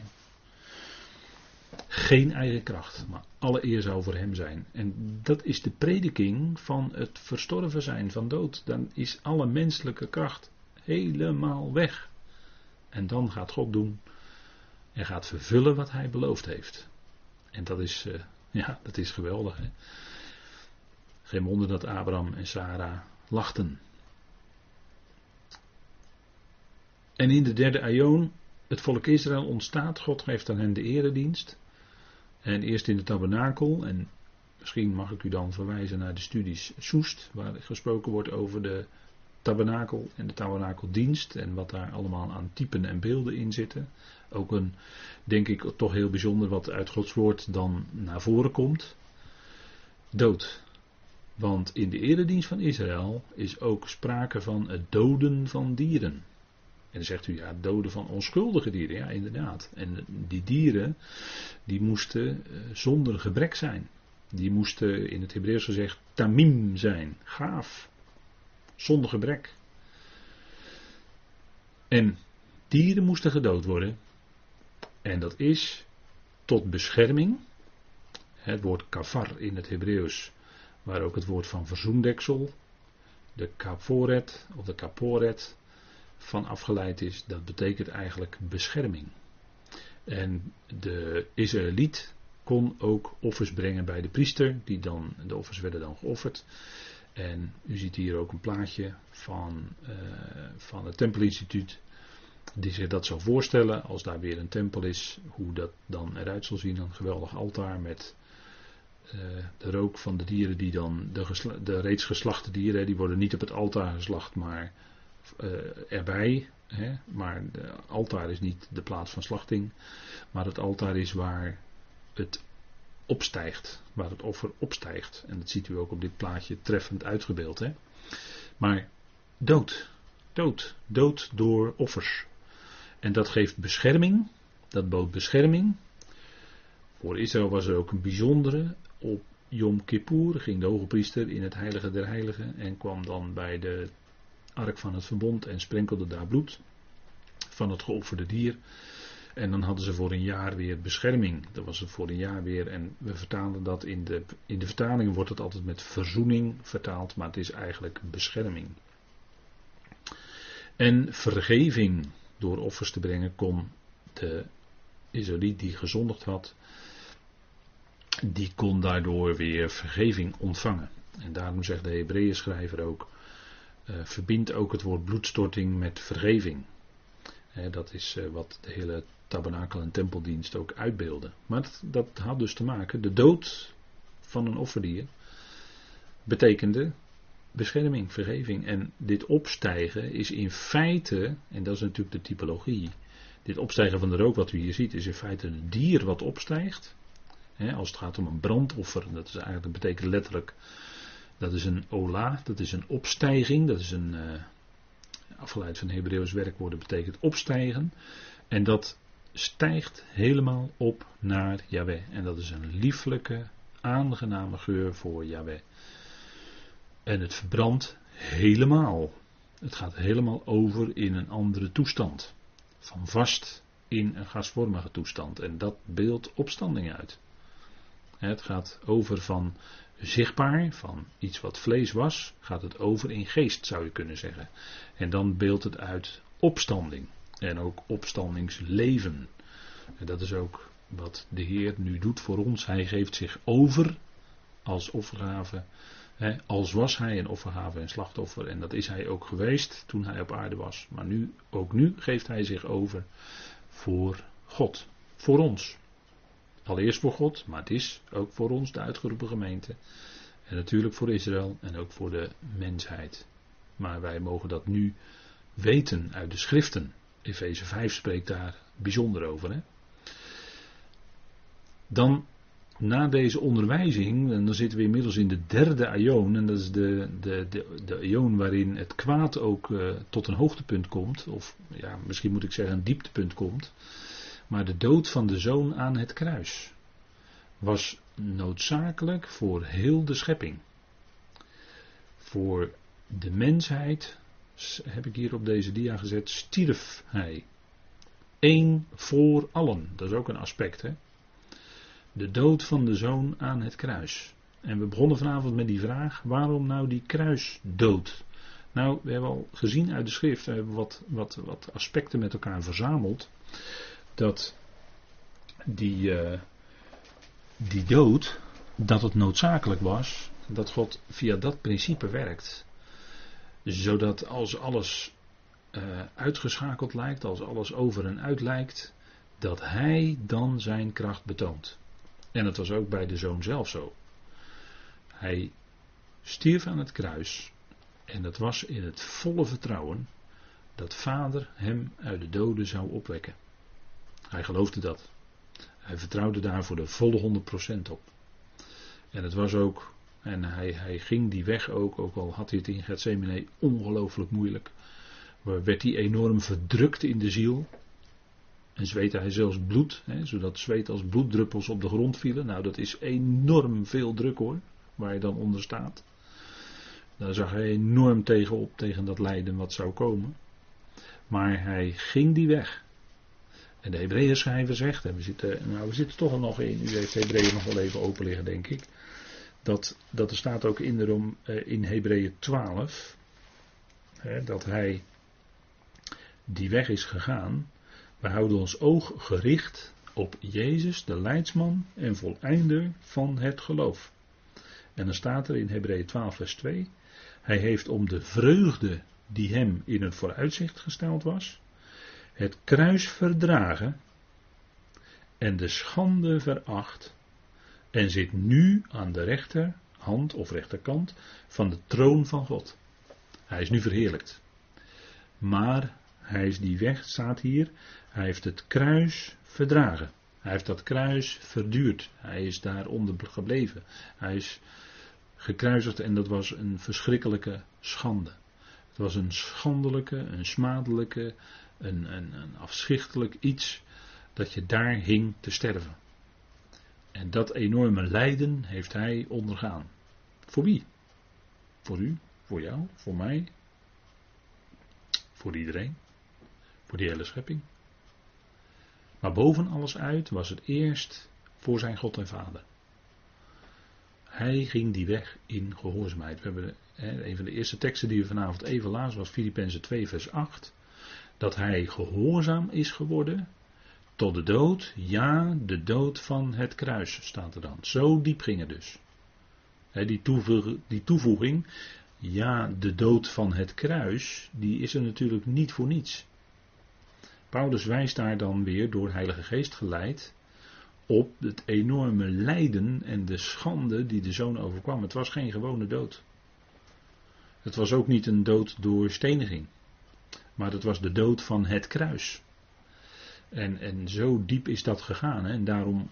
Geen eigen kracht, maar alle eer zou voor hem zijn. En dat is de prediking van het verstorven zijn van dood. Dan is alle menselijke kracht helemaal weg. En dan gaat God doen en gaat vervullen wat hij beloofd heeft. En dat is geweldig. Hè? Geen wonder dat Abraham en Sarah lachten. En in de derde aion, het volk Israël ontstaat. God geeft aan hen de eredienst. En eerst in de tabernakel. En misschien mag ik u dan verwijzen naar de studies Soest. Waar gesproken wordt over de tabernakel en de tabernakeldienst. En wat daar allemaal aan typen en beelden in zitten. Ook een, denk ik, toch heel bijzonder wat uit Gods woord dan naar voren komt. Dood. Want in de eredienst van Israël is ook sprake van het doden van dieren. En dan zegt u, ja, doden van onschuldige dieren. Ja, inderdaad. En die dieren, die moesten zonder gebrek zijn. Die moesten, in het Hebreeuws gezegd, tamim zijn. Gaaf. Zonder gebrek. En dieren moesten gedood worden. En dat is tot bescherming. Het woord kafar in het Hebreeuws, waar ook het woord van verzoendeksel, de kaporet of de kaporet, van afgeleid is. Dat betekent eigenlijk bescherming. En de Israëliet kon ook offers brengen bij de priester. De offers werden dan geofferd. En u ziet hier ook een plaatje van het Tempelinstituut. Die zich dat zou voorstellen als daar weer een tempel is. Hoe dat dan eruit zal zien. Een geweldig altaar met de rook van de dieren die dan, de reeds geslachte dieren, die worden niet op het altaar geslacht, maar erbij. Maar het altaar is niet de plaats van slachting. Maar het altaar is waar het opstijgt. Waar het offer opstijgt. En dat ziet u ook op dit plaatje treffend uitgebeeld. Hè? Maar dood. Dood door offers. En dat geeft bescherming. Dat bood bescherming. Voor Israël was er ook een bijzondere. Op Yom Kippur ging de hoge priester in het heilige der heiligen. En kwam dan bij de ark van het verbond en sprenkelde daar bloed van het geofferde dier. En dan hadden ze voor een jaar weer bescherming. Dat was het voor een jaar weer. En we vertalen dat in de vertaling wordt het altijd met verzoening vertaald. Maar het is eigenlijk bescherming. En vergeving door offers te brengen kon de Israëliet die gezondigd had, die kon daardoor weer vergeving ontvangen. En daarom zegt de Hebreeënschrijver ook, verbindt ook het woord bloedstorting met vergeving. Dat is wat de hele tabernakel- en tempeldienst ook uitbeelden. Maar dat had dus te maken, de dood van een offerdier betekende bescherming, vergeving. En dit opstijgen is in feite, en dat is natuurlijk de typologie, dit opstijgen van de rook wat u hier ziet is in feite een dier wat opstijgt. Als het gaat om een brandoffer, dat betekent letterlijk, dat is een ola, dat is een opstijging, dat is een afgeleid van Hebreeuws werkwoorden betekent opstijgen. En dat stijgt helemaal op naar Yahweh. En dat is een lieflijke, aangename geur voor Yahweh. En het verbrandt helemaal. Het gaat helemaal over in een andere toestand. Van vast in een gasvormige toestand. En dat beeldt opstanding uit. Het gaat over van zichtbaar, van iets wat vlees was, gaat het over in geest, zou je kunnen zeggen. En dan beeldt het uit opstanding. En ook opstandingsleven. En dat is ook wat de Heer nu doet voor ons. Hij geeft zich over als offergave. Als was hij een offergave en slachtoffer. En dat is hij ook geweest toen hij op aarde was. Maar ook nu geeft hij zich over voor God. Voor ons. Allereerst voor God, maar het is ook voor ons, de uitgeroepen gemeente. En natuurlijk voor Israël en ook voor de mensheid. Maar wij mogen dat nu weten uit de schriften. Efeze 5 spreekt daar bijzonder over. Hè? Dan, na deze onderwijzing, en dan zitten we inmiddels in de derde aion. En dat is de aion waarin het kwaad ook tot een hoogtepunt komt. Of ja, misschien moet ik zeggen een dieptepunt komt. Maar de dood van de zoon aan het kruis was noodzakelijk voor heel de schepping. Voor de mensheid, heb ik hier op deze dia gezet, stierf hij. Eén voor allen, dat is ook een aspect. Hè? De dood van de zoon aan het kruis. En we begonnen vanavond met die vraag, waarom nou die kruisdood? Nou, we hebben al gezien uit de schrift, we hebben wat aspecten met elkaar verzameld. Dat die dood, dat het noodzakelijk was, dat God via dat principe werkt. Zodat als alles uitgeschakeld lijkt, als alles over en uit lijkt, dat hij dan zijn kracht betoont. En dat was ook bij de zoon zelf zo. Hij stierf aan het kruis en dat was in het volle vertrouwen dat Vader hem uit de doden zou opwekken. Hij geloofde dat. Hij vertrouwde daar voor de volle 100% op. En het was ook, en hij ging die weg ook al had hij het in Gethsemane ongelooflijk moeilijk. Werd hij enorm verdrukt in de ziel. En zweette hij zelfs bloed, zodat zweet als bloeddruppels op de grond vielen. Nou, dat is enorm veel druk hoor, waar je dan onder staat. Daar zag hij enorm tegenop, tegen dat lijden wat zou komen. Maar hij ging die weg. En de Hebreeënschrijver zegt, en we zitten toch al nog in, u heeft Hebreeën nog wel even open liggen denk ik. Dat er staat ook in Hebreeën 12, dat hij die weg is gegaan. We houden ons oog gericht op Jezus, de leidsman en voleinder van het geloof. En dan staat er in Hebreeën 12 vers 2, hij heeft om de vreugde die hem in het vooruitzicht gesteld was, het kruis verdragen en de schande veracht en zit nu aan de rechterhand of rechterkant van de troon van God. Hij is nu verheerlijkt. Maar hij is die weg, staat hier, hij heeft het kruis verdragen. Hij heeft dat kruis verduurd. Hij is daaronder gebleven. Hij is gekruisigd en dat was een verschrikkelijke schande. Het was een schandelijke, een smadelijke, een afschichtelijk iets dat je daar hing te sterven. En dat enorme lijden heeft hij ondergaan. Voor wie? Voor u, voor jou, voor mij, voor iedereen, voor die hele schepping. Maar boven alles uit was het eerst voor zijn God en Vader. Hij ging die weg in gehoorzaamheid. We hebben een van de eerste teksten die we vanavond even lazen was Filippenzen 2 vers 8. Dat hij gehoorzaam is geworden tot de dood, ja, de dood van het kruis staat er dan. Zo diep ging het dus. Die toevoeging, ja, de dood van het kruis, die is er natuurlijk niet voor niets. Paulus wijst daar dan weer door Heilige Geest geleid op het enorme lijden en de schande die de zoon overkwam. Het was geen gewone dood. Het was ook niet een dood door steniging. Maar het was de dood van het kruis. En zo diep is dat gegaan. Hè? En daarom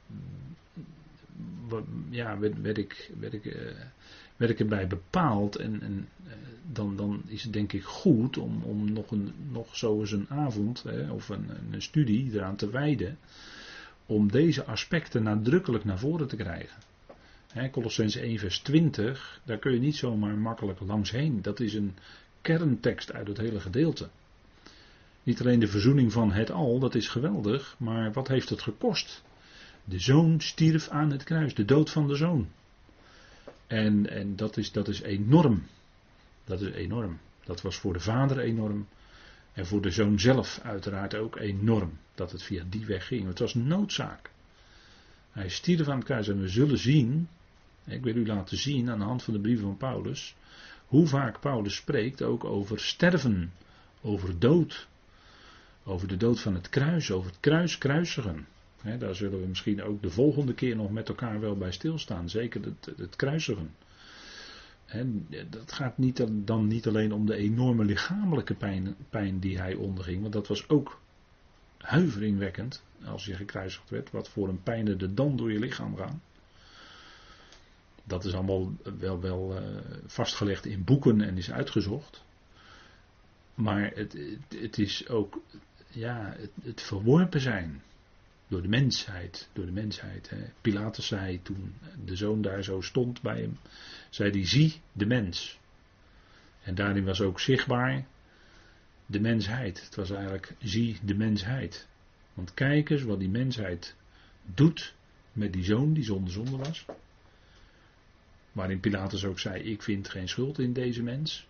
werd ik erbij bepaald. En dan is het denk ik goed om nog zo eens een avond of een studie eraan te wijden. Om deze aspecten nadrukkelijk naar voren te krijgen. Kolossenzen 1 vers 20, daar kun je niet zomaar makkelijk langs heen. Dat is een kerntekst uit het hele gedeelte. Niet alleen de verzoening van het al, dat is geweldig, maar wat heeft het gekost? De zoon stierf aan het kruis, de dood van de zoon. En dat is enorm. Dat is enorm. Dat was voor de vader enorm. En voor de Zoon zelf uiteraard ook enorm dat het via die weg ging. Het was noodzaak. Hij stierf aan het kruis en we zullen zien, ik wil u laten zien aan de hand van de brieven van Paulus, hoe vaak Paulus spreekt ook over sterven, over dood, over de dood van het kruis, over het kruisigen. Daar zullen we misschien ook de volgende keer nog met elkaar wel bij stilstaan, zeker het kruisigen. Dat gaat dan niet alleen om de enorme lichamelijke pijn die hij onderging, want dat was ook huiveringwekkend als je gekruisigd werd, wat voor een pijnen er dan door je lichaam gaan. Dat is allemaal wel vastgelegd in boeken en is uitgezocht. Maar het is ook het verworpen zijn door de mensheid. Pilatus zei toen de Zoon daar zo stond bij hem, zei hij: zie de mens. En daarin was ook zichtbaar de mensheid. Het was eigenlijk: zie de mensheid. Want kijk eens wat die mensheid doet met die Zoon die zonder zonde was. Waarin Pilatus ook zei: ik vind geen schuld in deze mens.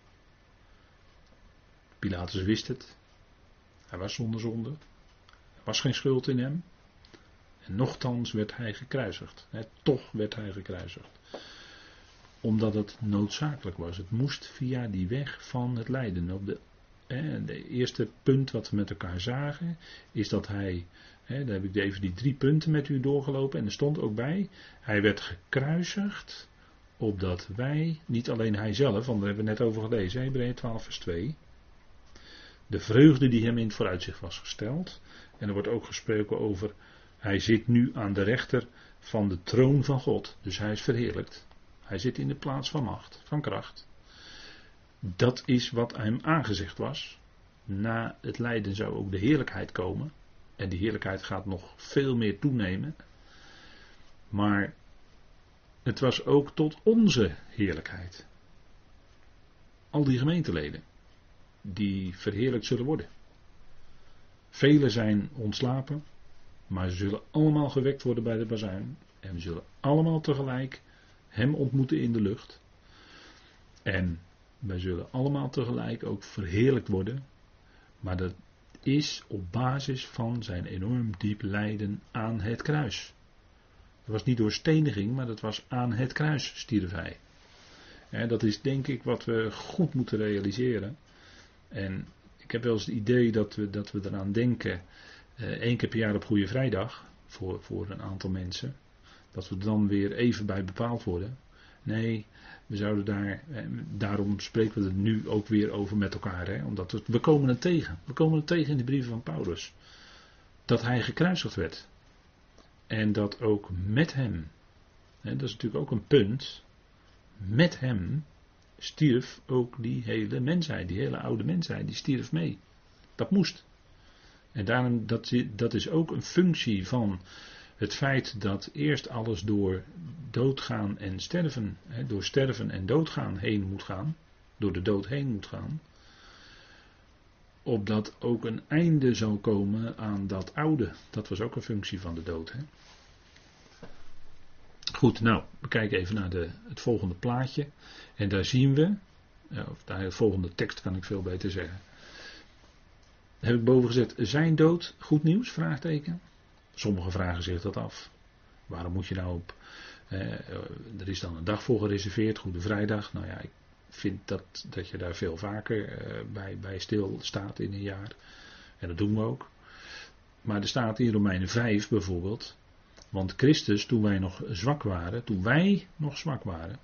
Pilatus wist het. Hij was zonder zonde. Er was geen schuld in hem. En nochtans werd hij gekruisigd. Toch werd hij gekruisigd. Omdat het noodzakelijk was. Het moest via die weg van het lijden. Op de eerste punt wat we met elkaar zagen, is dat hij, daar heb ik even die 3 punten met u doorgelopen, en er stond ook bij, hij werd gekruisigd, opdat wij, niet alleen hij zelf, want daar hebben we net over gelezen, Hebreeën 12 vers 2, de vreugde die hem in het vooruitzicht was gesteld, en er wordt ook gesproken over, hij zit nu aan de rechter van de troon van God, dus hij is verheerlijkt, hij zit in de plaats van macht, van kracht. Dat is wat hem aangezegd was. Na het lijden zou ook de heerlijkheid komen. En die heerlijkheid gaat nog veel meer toenemen. Maar het was ook tot onze heerlijkheid. Al die gemeenteleden die verheerlijkt zullen worden. Velen zijn ontslapen, maar ze zullen allemaal gewekt worden bij de bazuin. En we zullen allemaal tegelijk hem ontmoeten in de lucht. En wij zullen allemaal tegelijk ook verheerlijkt worden. Maar dat is op basis van zijn enorm diep lijden aan het kruis. Dat was niet door steniging, maar dat was aan het kruis stierf hij. Dat is denk ik wat we goed moeten realiseren. En ik heb wel eens het idee dat we eraan denken, 1 keer per jaar op Goede Vrijdag, voor een aantal mensen, dat we dan weer even bij bepaald worden. Nee, we zouden daarom spreken we er nu ook weer over met elkaar. Omdat we komen het tegen. We komen het tegen in de brieven van Paulus. Dat hij gekruisigd werd. En dat ook met hem. Dat is natuurlijk ook een punt. Met hem stierf ook die hele mensheid. Die hele oude mensheid. Die stierf mee. Dat moest. En daarom, dat is ook een functie van het feit dat eerst alles door doodgaan en sterven, door sterven en doodgaan heen moet gaan, door de dood heen moet gaan, opdat ook een einde zal komen aan dat oude. Dat was ook een functie van de dood. Goed, nou, we kijken even naar het volgende plaatje. En daar zien we, of de volgende tekst kan ik veel beter zeggen. Heb ik boven gezet, zijn dood goed nieuws? Vraagteken. Sommigen vragen zich dat af. Waarom moet je nou op... er is dan een dag voor gereserveerd, Goede Vrijdag. Nou ja, ik vind dat je daar veel vaker bij stilstaat in een jaar. En dat doen we ook. Maar er staat in Romeinen 5 bijvoorbeeld. Want Christus, toen wij nog zwak waren,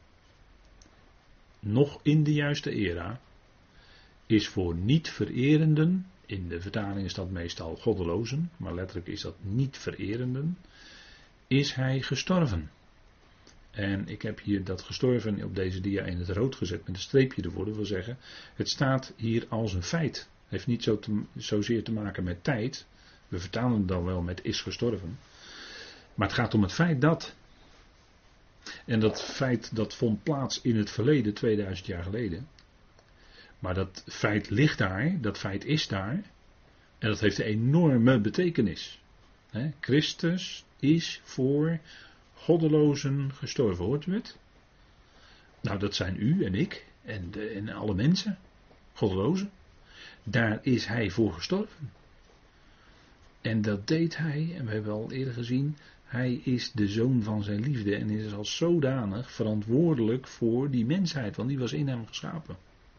nog in de juiste era, is voor niet vererenden, in de vertaling is dat meestal goddelozen, maar letterlijk is dat niet vererenden, is hij gestorven. En ik heb hier dat gestorven op deze dia in het rood gezet met een streepje ervoor. Dat wil zeggen, het staat hier als een feit. Het heeft niet zozeer te maken met tijd. We vertalen het dan wel met is gestorven. Maar het gaat om het feit dat. En dat feit dat vond plaats in het verleden, 2000 jaar geleden. Maar dat feit ligt daar, dat feit is daar. En dat heeft een enorme betekenis. Christus is voor goddelozen gestorven, hoort u het? Nou, dat zijn u en ik en alle mensen, goddelozen. Daar is hij voor gestorven. En dat deed hij, en we hebben al eerder gezien, hij is de zoon van zijn liefde en is als zodanig verantwoordelijk voor die mensheid, want die was in hem geschapen.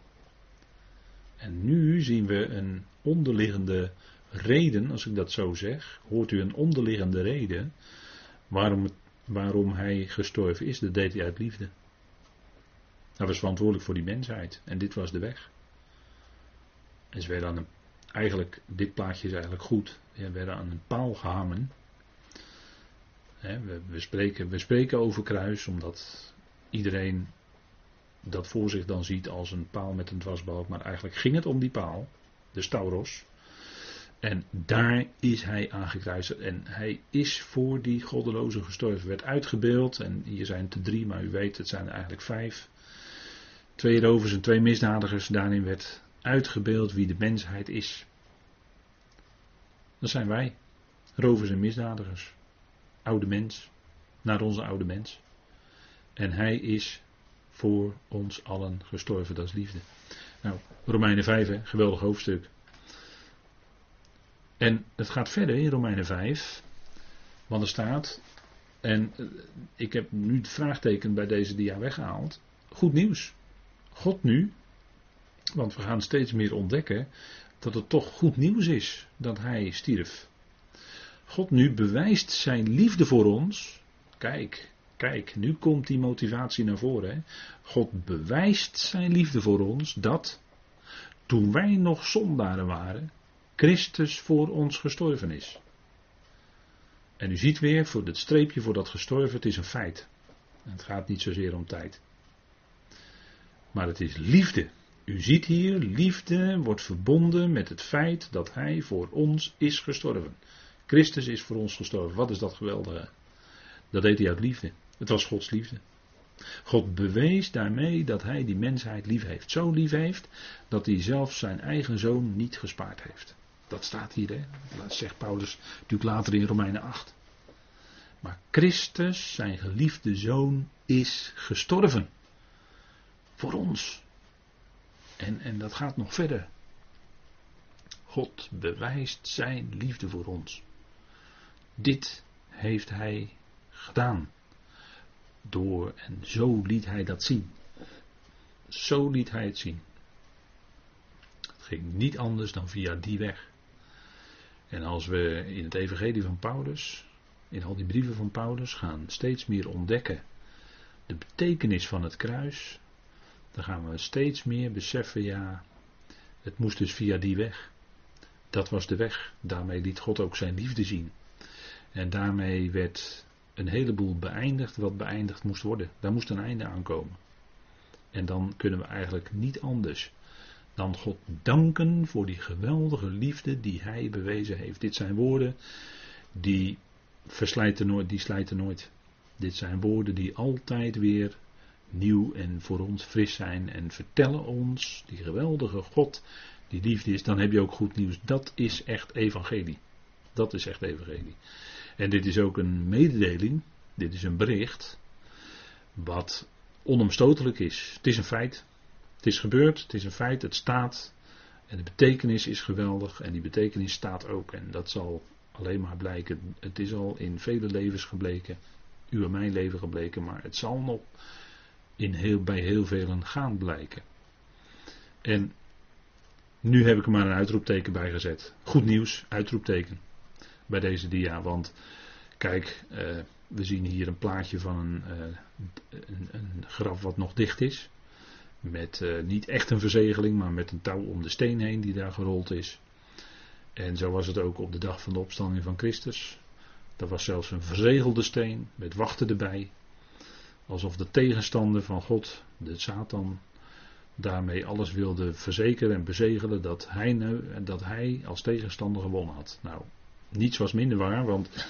En nu zien we een onderliggende reden, als ik dat zo zeg, hoort u een onderliggende reden waarom hij gestorven is. Dat deed hij uit liefde. Hij was verantwoordelijk voor die mensheid en dit was de weg. En ze werden aan dit plaatje is eigenlijk goed. Ze werden aan een paal gehangen. We spreken over kruis omdat iedereen dat voor zich dan ziet als een paal met een dwarsbalk. Maar eigenlijk ging het om die paal, de stauros. En daar is hij aangekruisigd. En hij is voor die goddeloze gestorven. Werd uitgebeeld. En hier zijn het er 3, maar u weet het zijn er eigenlijk 5. 2 rovers en 2 misdadigers. Daarin werd uitgebeeld wie de mensheid is. Dat zijn wij. Rovers en misdadigers. Oude mens. Naar onze oude mens. En hij is voor ons allen gestorven. Dat is liefde. Nou, Romeinen 5, geweldig hoofdstuk. En het gaat verder in Romeinen 5. Want er staat. En ik heb nu het vraagteken bij deze dia weggehaald. Goed nieuws. God nu. Want we gaan steeds meer ontdekken dat het toch goed nieuws is dat hij stierf. God nu bewijst zijn liefde voor ons. Kijk, nu komt die motivatie naar voren. Hè? God bewijst zijn liefde voor ons dat toen wij nog zondaren waren, Christus voor ons gestorven is. En u ziet weer, voor het streepje voor dat gestorven, het is een feit. En het gaat niet zozeer om tijd. Maar het is liefde. U ziet hier, liefde wordt verbonden met het feit dat hij voor ons is gestorven. Christus is voor ons gestorven. Wat is dat geweldige? Dat deed hij uit liefde. Het was Gods liefde. God bewees daarmee dat hij die mensheid lief heeft. Zo lief heeft dat hij zelfs zijn eigen zoon niet gespaard heeft. Dat staat hier, hè? Dat zegt Paulus natuurlijk later in Romeinen 8. Maar Christus, zijn geliefde zoon, is gestorven. Voor ons. En dat gaat nog verder. God bewijst zijn liefde voor ons. Dit heeft hij gedaan. En zo liet hij dat zien. Zo liet hij het zien. Het ging niet anders dan via die weg. En als we in het evangelie van Paulus, in al die brieven van Paulus, gaan steeds meer ontdekken de betekenis van het kruis, dan gaan we steeds meer beseffen, ja, het moest dus via die weg. Dat was de weg. Daarmee liet God ook zijn liefde zien. En daarmee werd een heleboel beëindigd wat beëindigd moest worden. Daar moest een einde aan komen. En dan kunnen we eigenlijk niet anders dan God danken voor die geweldige liefde die hij bewezen heeft. Dit zijn woorden die slijten nooit. Dit zijn woorden die altijd weer nieuw en voor ons fris zijn en vertellen ons, die geweldige God die liefde is, dan heb je ook goed nieuws. Dat is echt evangelie. Dat is echt evangelie. En dit is ook een mededeling, dit is een bericht, wat onomstotelijk is. Het is een feit. Het is gebeurd, het is een feit, het staat. En de betekenis is geweldig en die betekenis staat ook. En dat zal alleen maar blijken. Het is al in vele levens gebleken, uw en mijn leven gebleken, maar het zal nog bij heel velen gaan blijken. En nu heb ik er maar een uitroepteken bij gezet. Goed nieuws, uitroepteken. Bij deze dia, want kijk, we zien hier een plaatje van een graf wat nog dicht is. Met niet echt een verzegeling, maar met een touw om de steen heen die daar gerold is. En zo was het ook op de dag van de opstanding van Christus. Dat was zelfs een verzegelde steen, met wachten erbij. Alsof de tegenstander van God, de Satan, daarmee alles wilde verzekeren en bezegelen dat hij als tegenstander gewonnen had. Nou, niets was minder waar, want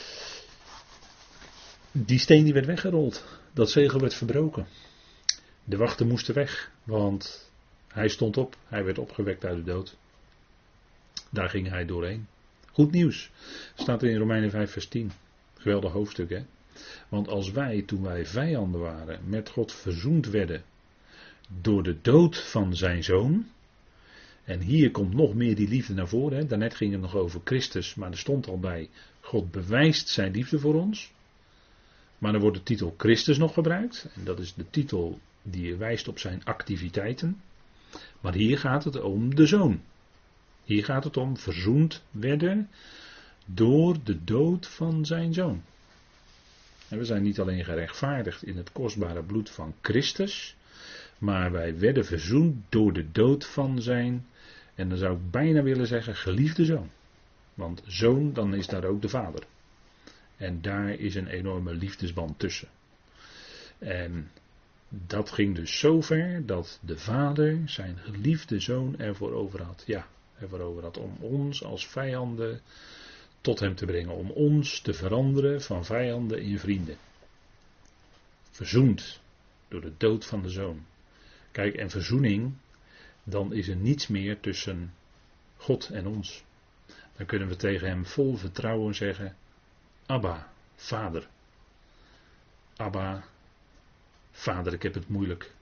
die steen die werd weggerold. Dat zegel werd verbroken. De wachten moesten weg, want hij stond op. Hij werd opgewekt uit de dood. Daar ging hij doorheen. Goed nieuws. Staat er in Romeinen 5 vers 10. Geweldig hoofdstuk, hè. Want als wij, toen wij vijanden waren, met God verzoend werden door de dood van zijn zoon, En hier komt nog meer die liefde naar voren. Hè. Daarnet ging het nog over Christus, maar er stond al bij, God bewijst zijn liefde voor ons. Maar dan wordt de titel Christus nog gebruikt. En dat is de titel die wijst op zijn activiteiten. Maar hier gaat het om de Zoon. Hier gaat het om verzoend werden door de dood van zijn Zoon. En we zijn niet alleen gerechtvaardigd in het kostbare bloed van Christus, maar wij werden verzoend door de dood van zijn, en dan zou ik bijna willen zeggen, geliefde Zoon. Want Zoon, dan is daar ook de Vader. En daar is een enorme liefdesband tussen. En dat ging dus zo ver dat de Vader zijn geliefde Zoon ervoor over had. Ja, ervoor over had om ons als vijanden tot hem te brengen. Om ons te veranderen van vijanden in vrienden. Verzoend door de dood van de Zoon. Kijk, en verzoening, dan is er niets meer tussen God en ons. Dan kunnen we tegen hem vol vertrouwen zeggen, Abba, Vader. Abba, Vader, ik heb het moeilijk.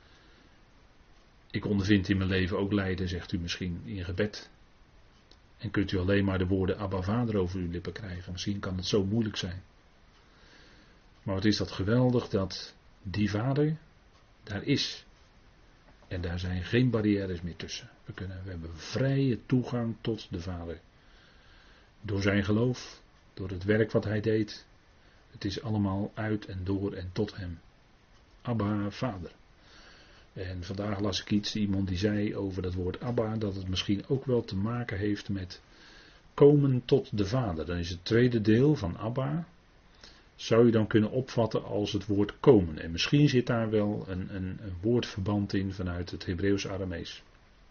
Ik ondervind in mijn leven ook lijden, zegt u misschien in gebed. En kunt u alleen maar de woorden Abba, Vader over uw lippen krijgen. Misschien kan het zo moeilijk zijn. Maar wat is dat geweldig dat die Vader daar is. En daar zijn geen barrières meer tussen. We hebben vrije toegang tot de Vader. Door zijn geloof, door het werk wat hij deed. Het is allemaal uit en door en tot hem. Abba, Vader. En vandaag las ik iemand die zei over dat woord Abba, dat het misschien ook wel te maken heeft met komen tot de Vader. Dan is het tweede deel van Abba, zou je dan kunnen opvatten als het woord komen. En misschien zit daar wel een woordverband in vanuit het Hebreeuws-Aramees.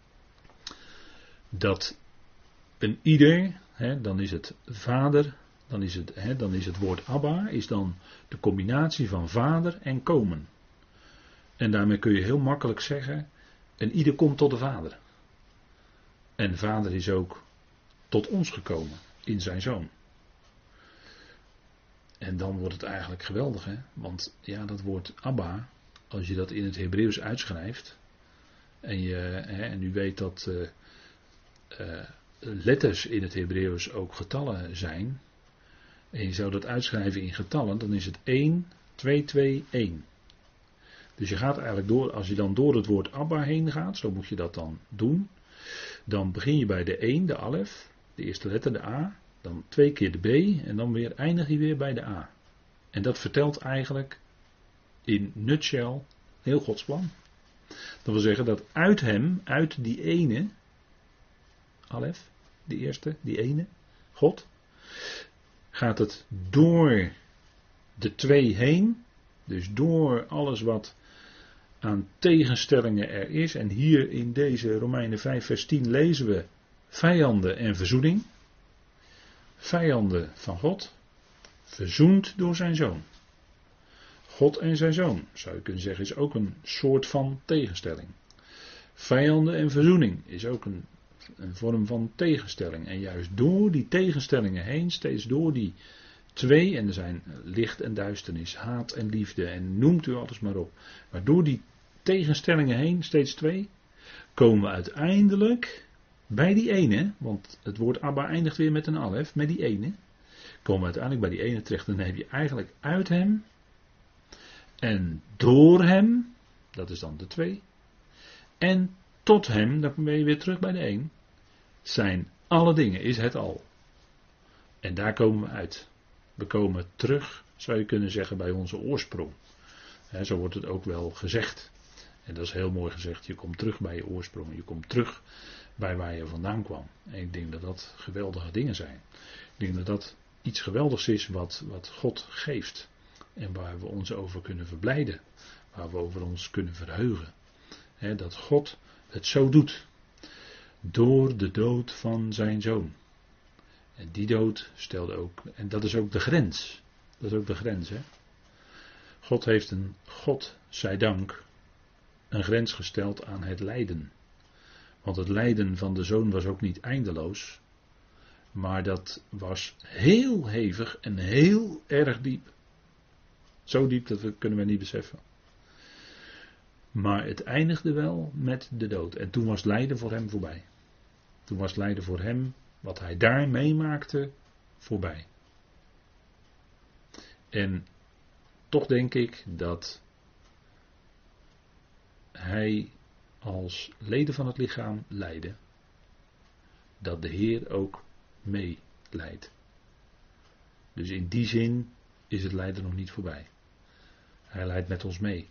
Dat een ieder, dan is het vader, dan is het woord Abba, is dan de combinatie van vader en komen. En daarmee kun je heel makkelijk zeggen, een ieder komt tot de Vader. En Vader is ook tot ons gekomen in zijn Zoon. En dan wordt het eigenlijk geweldig, hè? Want ja, dat woord Abba, als je dat in het Hebreeuws uitschrijft, en u weet dat letters in het Hebreeuws ook getallen zijn, en je zou dat uitschrijven in getallen, dan is het 1, 2, 2, 1. Dus je gaat eigenlijk door, als je dan door het woord Abba heen gaat, zo moet je dat dan doen. Dan begin je bij de 1, de alef, de eerste letter, de A. Dan 2 keer de B en dan weer eindig je weer bij de A. En dat vertelt eigenlijk in nutshell heel Gods plan. Dat wil zeggen dat uit hem, uit die ene, alef, die eerste, die ene, God, gaat het door de 2 heen. Dus door alles wat aan tegenstellingen er is. En hier in deze Romeinen 5 vers 10 lezen we vijanden en verzoening. Vijanden van God. Verzoend door zijn Zoon. God en zijn Zoon, zou je kunnen zeggen, is ook een soort van tegenstelling. Vijanden en verzoening is ook een vorm van tegenstelling. En juist door die tegenstellingen heen, steeds door die 2, en er zijn licht en duisternis, haat en liefde, en noemt u alles maar op. Maar door die tegenstellingen heen, steeds 2, komen we uiteindelijk bij die ene, want het woord Abba eindigt weer met een alef, met die ene. Komen we uiteindelijk bij die ene terecht, dan heb je eigenlijk uit hem en door hem, dat is dan de 2, en tot hem, dan ben je weer terug bij de 1, zijn alle dingen, is het al. En daar komen we uit. We komen terug, zou je kunnen zeggen, bij onze oorsprong. Zo wordt het ook wel gezegd. En dat is heel mooi gezegd, je komt terug bij je oorsprong. Je komt terug bij waar je vandaan kwam. En ik denk dat dat geweldige dingen zijn. Ik denk dat dat iets geweldigs is wat God geeft. En waar we ons over kunnen verblijden. Waar we over ons kunnen verheugen. Dat God het zo doet. Door de dood van zijn Zoon. En die dood stelde ook, en dat is ook de grens. Dat is ook de grens, hè. God heeft God zij dank, een grens gesteld aan het lijden. Want het lijden van de Zoon was ook niet eindeloos. Maar dat was heel hevig en heel erg diep. Zo diep dat kunnen we niet beseffen. Maar het eindigde wel met de dood. En toen was lijden voor hem voorbij. Toen was lijden voor hem, wat hij daar meemaakte, voorbij. En toch denk ik dat hij als leden van het lichaam lijden. Dat de Heer ook meelijdt. Dus in die zin is het lijden nog niet voorbij. Hij lijdt met ons mee.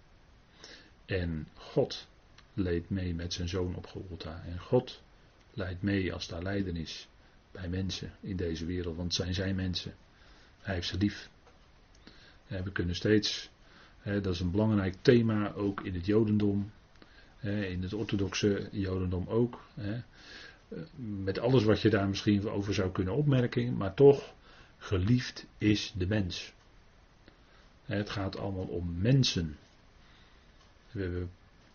En God leed mee met zijn zoon op Golgotha. En God lijdt mee als daar lijden is bij mensen in deze wereld. Want het zijn mensen. Hij heeft ze lief. We kunnen steeds, dat is een belangrijk thema ook in het Jodendom. In het orthodoxe Jodendom ook. Met alles wat je daar misschien over zou kunnen opmerken. Maar toch, geliefd is de mens. Het gaat allemaal om mensen. We hebben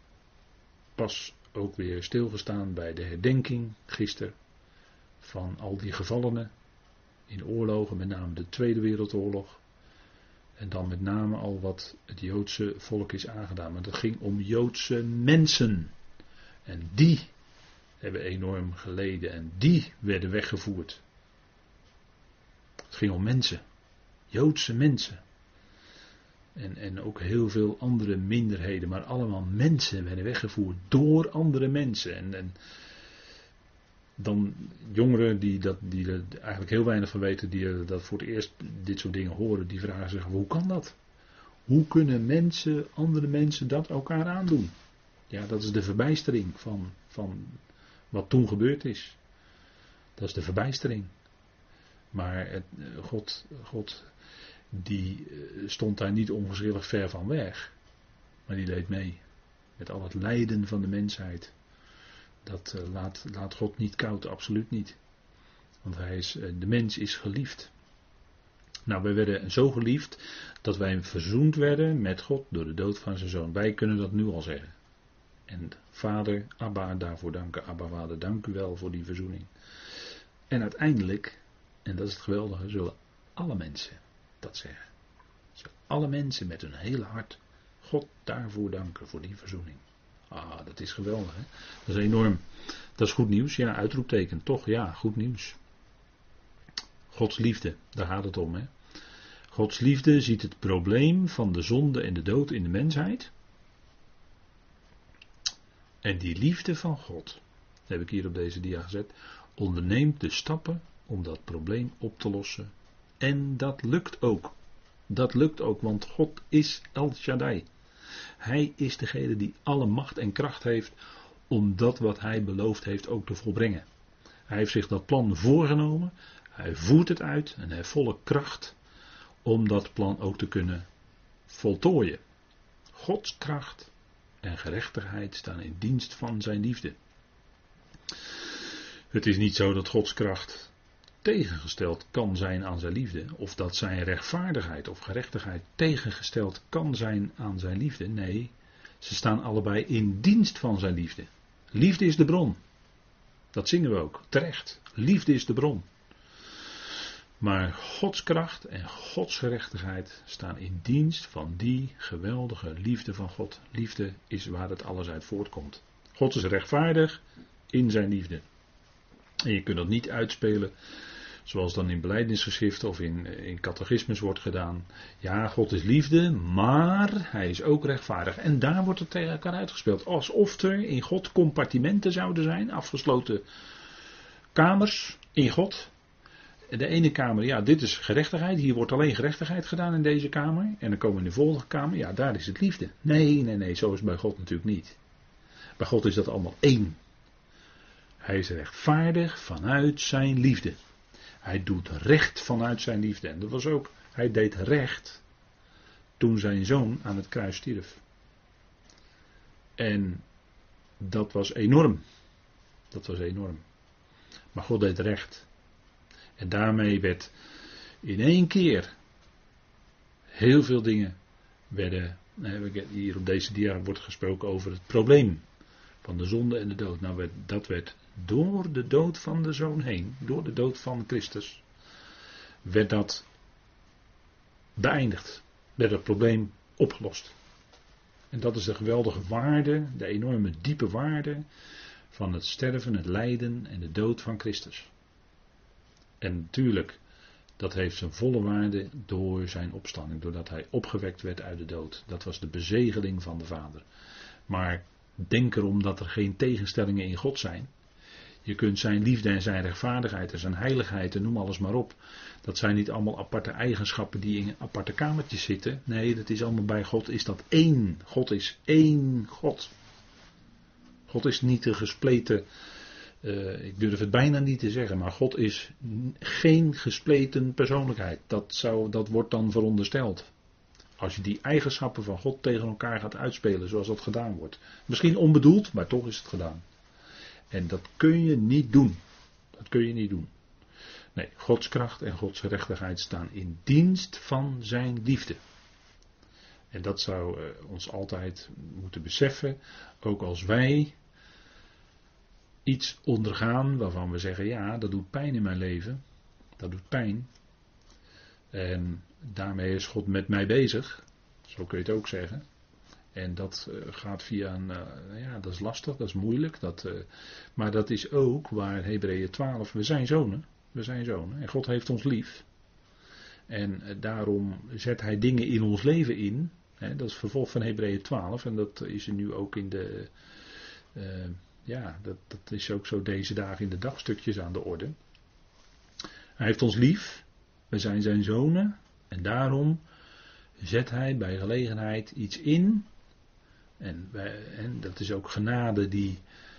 pas ook weer stilgestaan bij de herdenking gisteren van al die gevallenen in oorlogen, met name de Tweede Wereldoorlog. En dan met name al wat het Joodse volk is aangedaan. Maar dat ging om Joodse mensen. En die hebben enorm geleden en die werden weggevoerd. Het ging om mensen. Joodse mensen. En ook heel veel andere minderheden, maar allemaal mensen werden weggevoerd door andere mensen. En dan jongeren die er eigenlijk heel weinig van weten, die dat voor het eerst dit soort dingen horen, die vragen zich, hoe kan dat? Hoe kunnen mensen, andere mensen dat elkaar aandoen? Ja, dat is de verbijstering van wat toen gebeurd is. Dat is de verbijstering. Maar God die stond daar niet onverschillig ver van weg. Maar die leed mee. Met al het lijden van de mensheid. Dat laat God niet koud, absoluut niet. Want de mens is geliefd. Nou, wij werden zo geliefd dat wij verzoend werden met God door de dood van zijn zoon. Wij kunnen dat nu al zeggen. En Vader, Abba, daarvoor danken. Abba, Vader, dank u wel voor die verzoening. En uiteindelijk, en dat is het geweldige, zullen alle mensen dat zeggen. Zullen alle mensen met hun hele hart God daarvoor danken, voor die verzoening. Ah, dat is geweldig, hè? Dat is enorm. Dat is goed nieuws, ja, uitroepteken, toch, ja, goed nieuws. Gods liefde, daar gaat het om, hè? Gods liefde ziet het probleem van de zonde en de dood in de mensheid. En die liefde van God, dat heb ik hier op deze dia gezet, onderneemt de stappen om dat probleem op te lossen. En dat lukt ook. Dat lukt ook, want God is El Shaddai. Hij is degene die alle macht en kracht heeft om dat wat hij beloofd heeft ook te volbrengen. Hij heeft zich dat plan voorgenomen. Hij voert het uit en hij heeft volle kracht om dat plan ook te kunnen voltooien. Gods kracht en gerechtigheid staan in dienst van zijn liefde. Het is niet zo dat Gods kracht tegengesteld kan zijn aan zijn liefde. Of dat zijn rechtvaardigheid of gerechtigheid tegengesteld kan zijn aan zijn liefde. Nee, ze staan allebei in dienst van zijn liefde. Liefde is de bron. Dat zingen we ook, terecht. Liefde is de bron. Maar Gods kracht en Gods gerechtigheid staan in dienst van die geweldige liefde van God. Liefde is waar het alles uit voortkomt. God is rechtvaardig in zijn liefde. En je kunt dat niet uitspelen zoals dan in belijdenisgeschriften of in catechismes wordt gedaan. Ja, God is liefde, maar hij is ook rechtvaardig. En daar wordt het tegen elkaar uitgespeeld. Alsof er in God compartimenten zouden zijn, afgesloten kamers in God. De ene kamer, ja, dit is gerechtigheid. Hier wordt alleen gerechtigheid gedaan in deze kamer. En dan komen we in de volgende kamer, ja, daar is het liefde. Nee, zo is het bij God natuurlijk niet. Bij God is dat allemaal één. Hij is rechtvaardig vanuit zijn liefde. Hij doet recht vanuit zijn liefde. En dat was ook, hij deed recht toen zijn zoon aan het kruis stierf. En dat was enorm. Dat was enorm. Maar God deed recht. En daarmee werd in één keer heel veel dingen werden, hier op deze dia wordt gesproken over het probleem van de zonde en de dood. Nou, dat werd door de dood van de zoon heen, door de dood van Christus, werd dat beëindigd. Werd het probleem opgelost. En dat is de geweldige waarde, de enorme diepe waarde van het sterven, het lijden en de dood van Christus. En natuurlijk, dat heeft zijn volle waarde door zijn opstanding, doordat hij opgewekt werd uit de dood. Dat was de bezegeling van de Vader. Maar denk erom dat er geen tegenstellingen in God zijn. Je kunt zijn liefde en zijn rechtvaardigheid en zijn heiligheid en noem alles maar op. Dat zijn niet allemaal aparte eigenschappen die in aparte kamertjes zitten. Nee, dat is allemaal bij God is dat één. God is één God. God is niet een gespleten, ik durf het bijna niet te zeggen, maar God is geen gespleten persoonlijkheid. Dat wordt dan verondersteld. Als je die eigenschappen van God tegen elkaar gaat uitspelen zoals dat gedaan wordt. Misschien onbedoeld, maar toch is het gedaan. En dat kun je niet doen. Dat kun je niet doen. Nee, Gods kracht en Gods gerechtigheid staan in dienst van zijn liefde. En dat zou ons altijd moeten beseffen, ook als wij iets ondergaan waarvan we zeggen, ja, dat doet pijn in mijn leven. Dat doet pijn. En daarmee is God met mij bezig. Zo kun je het ook zeggen. En dat gaat via een, ja, dat is lastig, dat is moeilijk. Maar dat is ook waar Hebreeën 12, we zijn zonen. We zijn zonen. En God heeft ons lief. En daarom zet hij dingen in ons leven in. Hè, dat is het vervolg van Hebreeën 12. En dat is er nu ook in de, ja, dat is ook zo deze dagen in de dagstukjes aan de orde. Hij heeft ons lief. We zijn zijn zonen. En daarom zet hij bij gelegenheid iets in. En dat is ook genade die,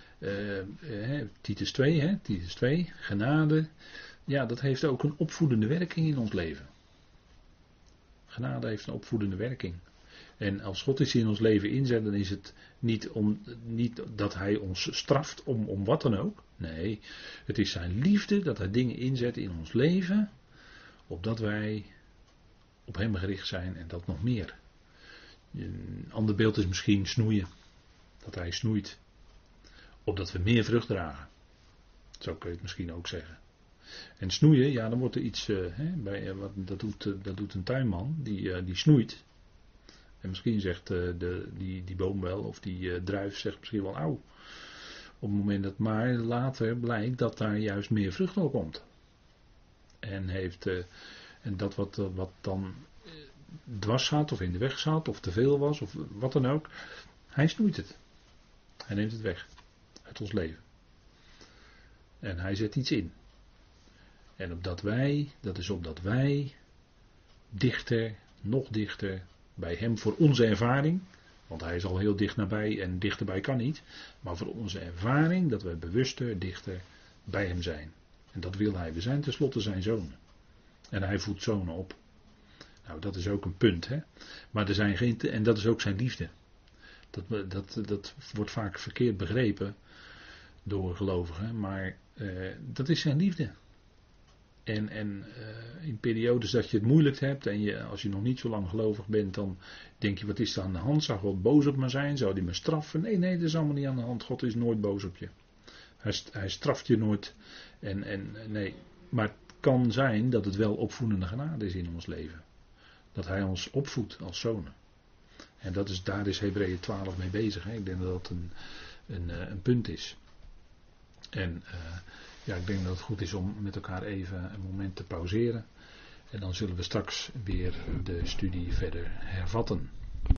Titus 2, genade. Ja, dat heeft ook een opvoedende werking in ons leven. Genade heeft een opvoedende werking. En als God iets in ons leven inzet, dan is het niet dat hij ons straft om wat dan ook. Nee, het is zijn liefde dat hij dingen inzet in ons leven, opdat wij op hem gericht zijn en dat nog meer. Een ander beeld is misschien snoeien. Dat hij snoeit. Opdat we meer vrucht dragen. Zo kun je het misschien ook zeggen. En snoeien, ja, dan wordt er iets. Dat doet een tuinman. Die snoeit. En misschien zegt die boom wel. Of die druif zegt misschien wel auw. Op het moment dat. Maar later blijkt dat daar juist meer vrucht op komt. En dat wat dan dwars zat of in de weg zat of te veel was of wat dan ook. Hij snoeit het. Hij neemt het weg uit ons leven. En hij zet iets in. En opdat wij dichter, nog dichter bij hem voor onze ervaring, want hij is al heel dicht nabij en dichterbij kan niet, maar voor onze ervaring dat wij bewuster, dichter bij hem zijn. En dat wil hij. We zijn tenslotte zijn zonen. En hij voedt zonen op. Nou, dat is ook een punt, hè. Maar er zijn geen, en dat is ook zijn liefde. Dat wordt vaak verkeerd begrepen door gelovigen, maar dat is zijn liefde. En in periodes dat je het moeilijk hebt en als je nog niet zo lang gelovig bent, dan denk je, wat is er aan de hand? Zou God boos op me zijn? Zou hij me straffen? Nee, dat is allemaal niet aan de hand. God is nooit boos op je. Hij straft je nooit. Nee, maar het kan zijn dat het wel opvoedende genade is in ons leven. Dat hij ons opvoedt als zonen. En daar is Hebreeën 12 mee bezig. Hè. Ik denk dat dat een punt is. En ik denk dat het goed is om met elkaar even een moment te pauzeren. En dan zullen we straks weer de studie verder hervatten.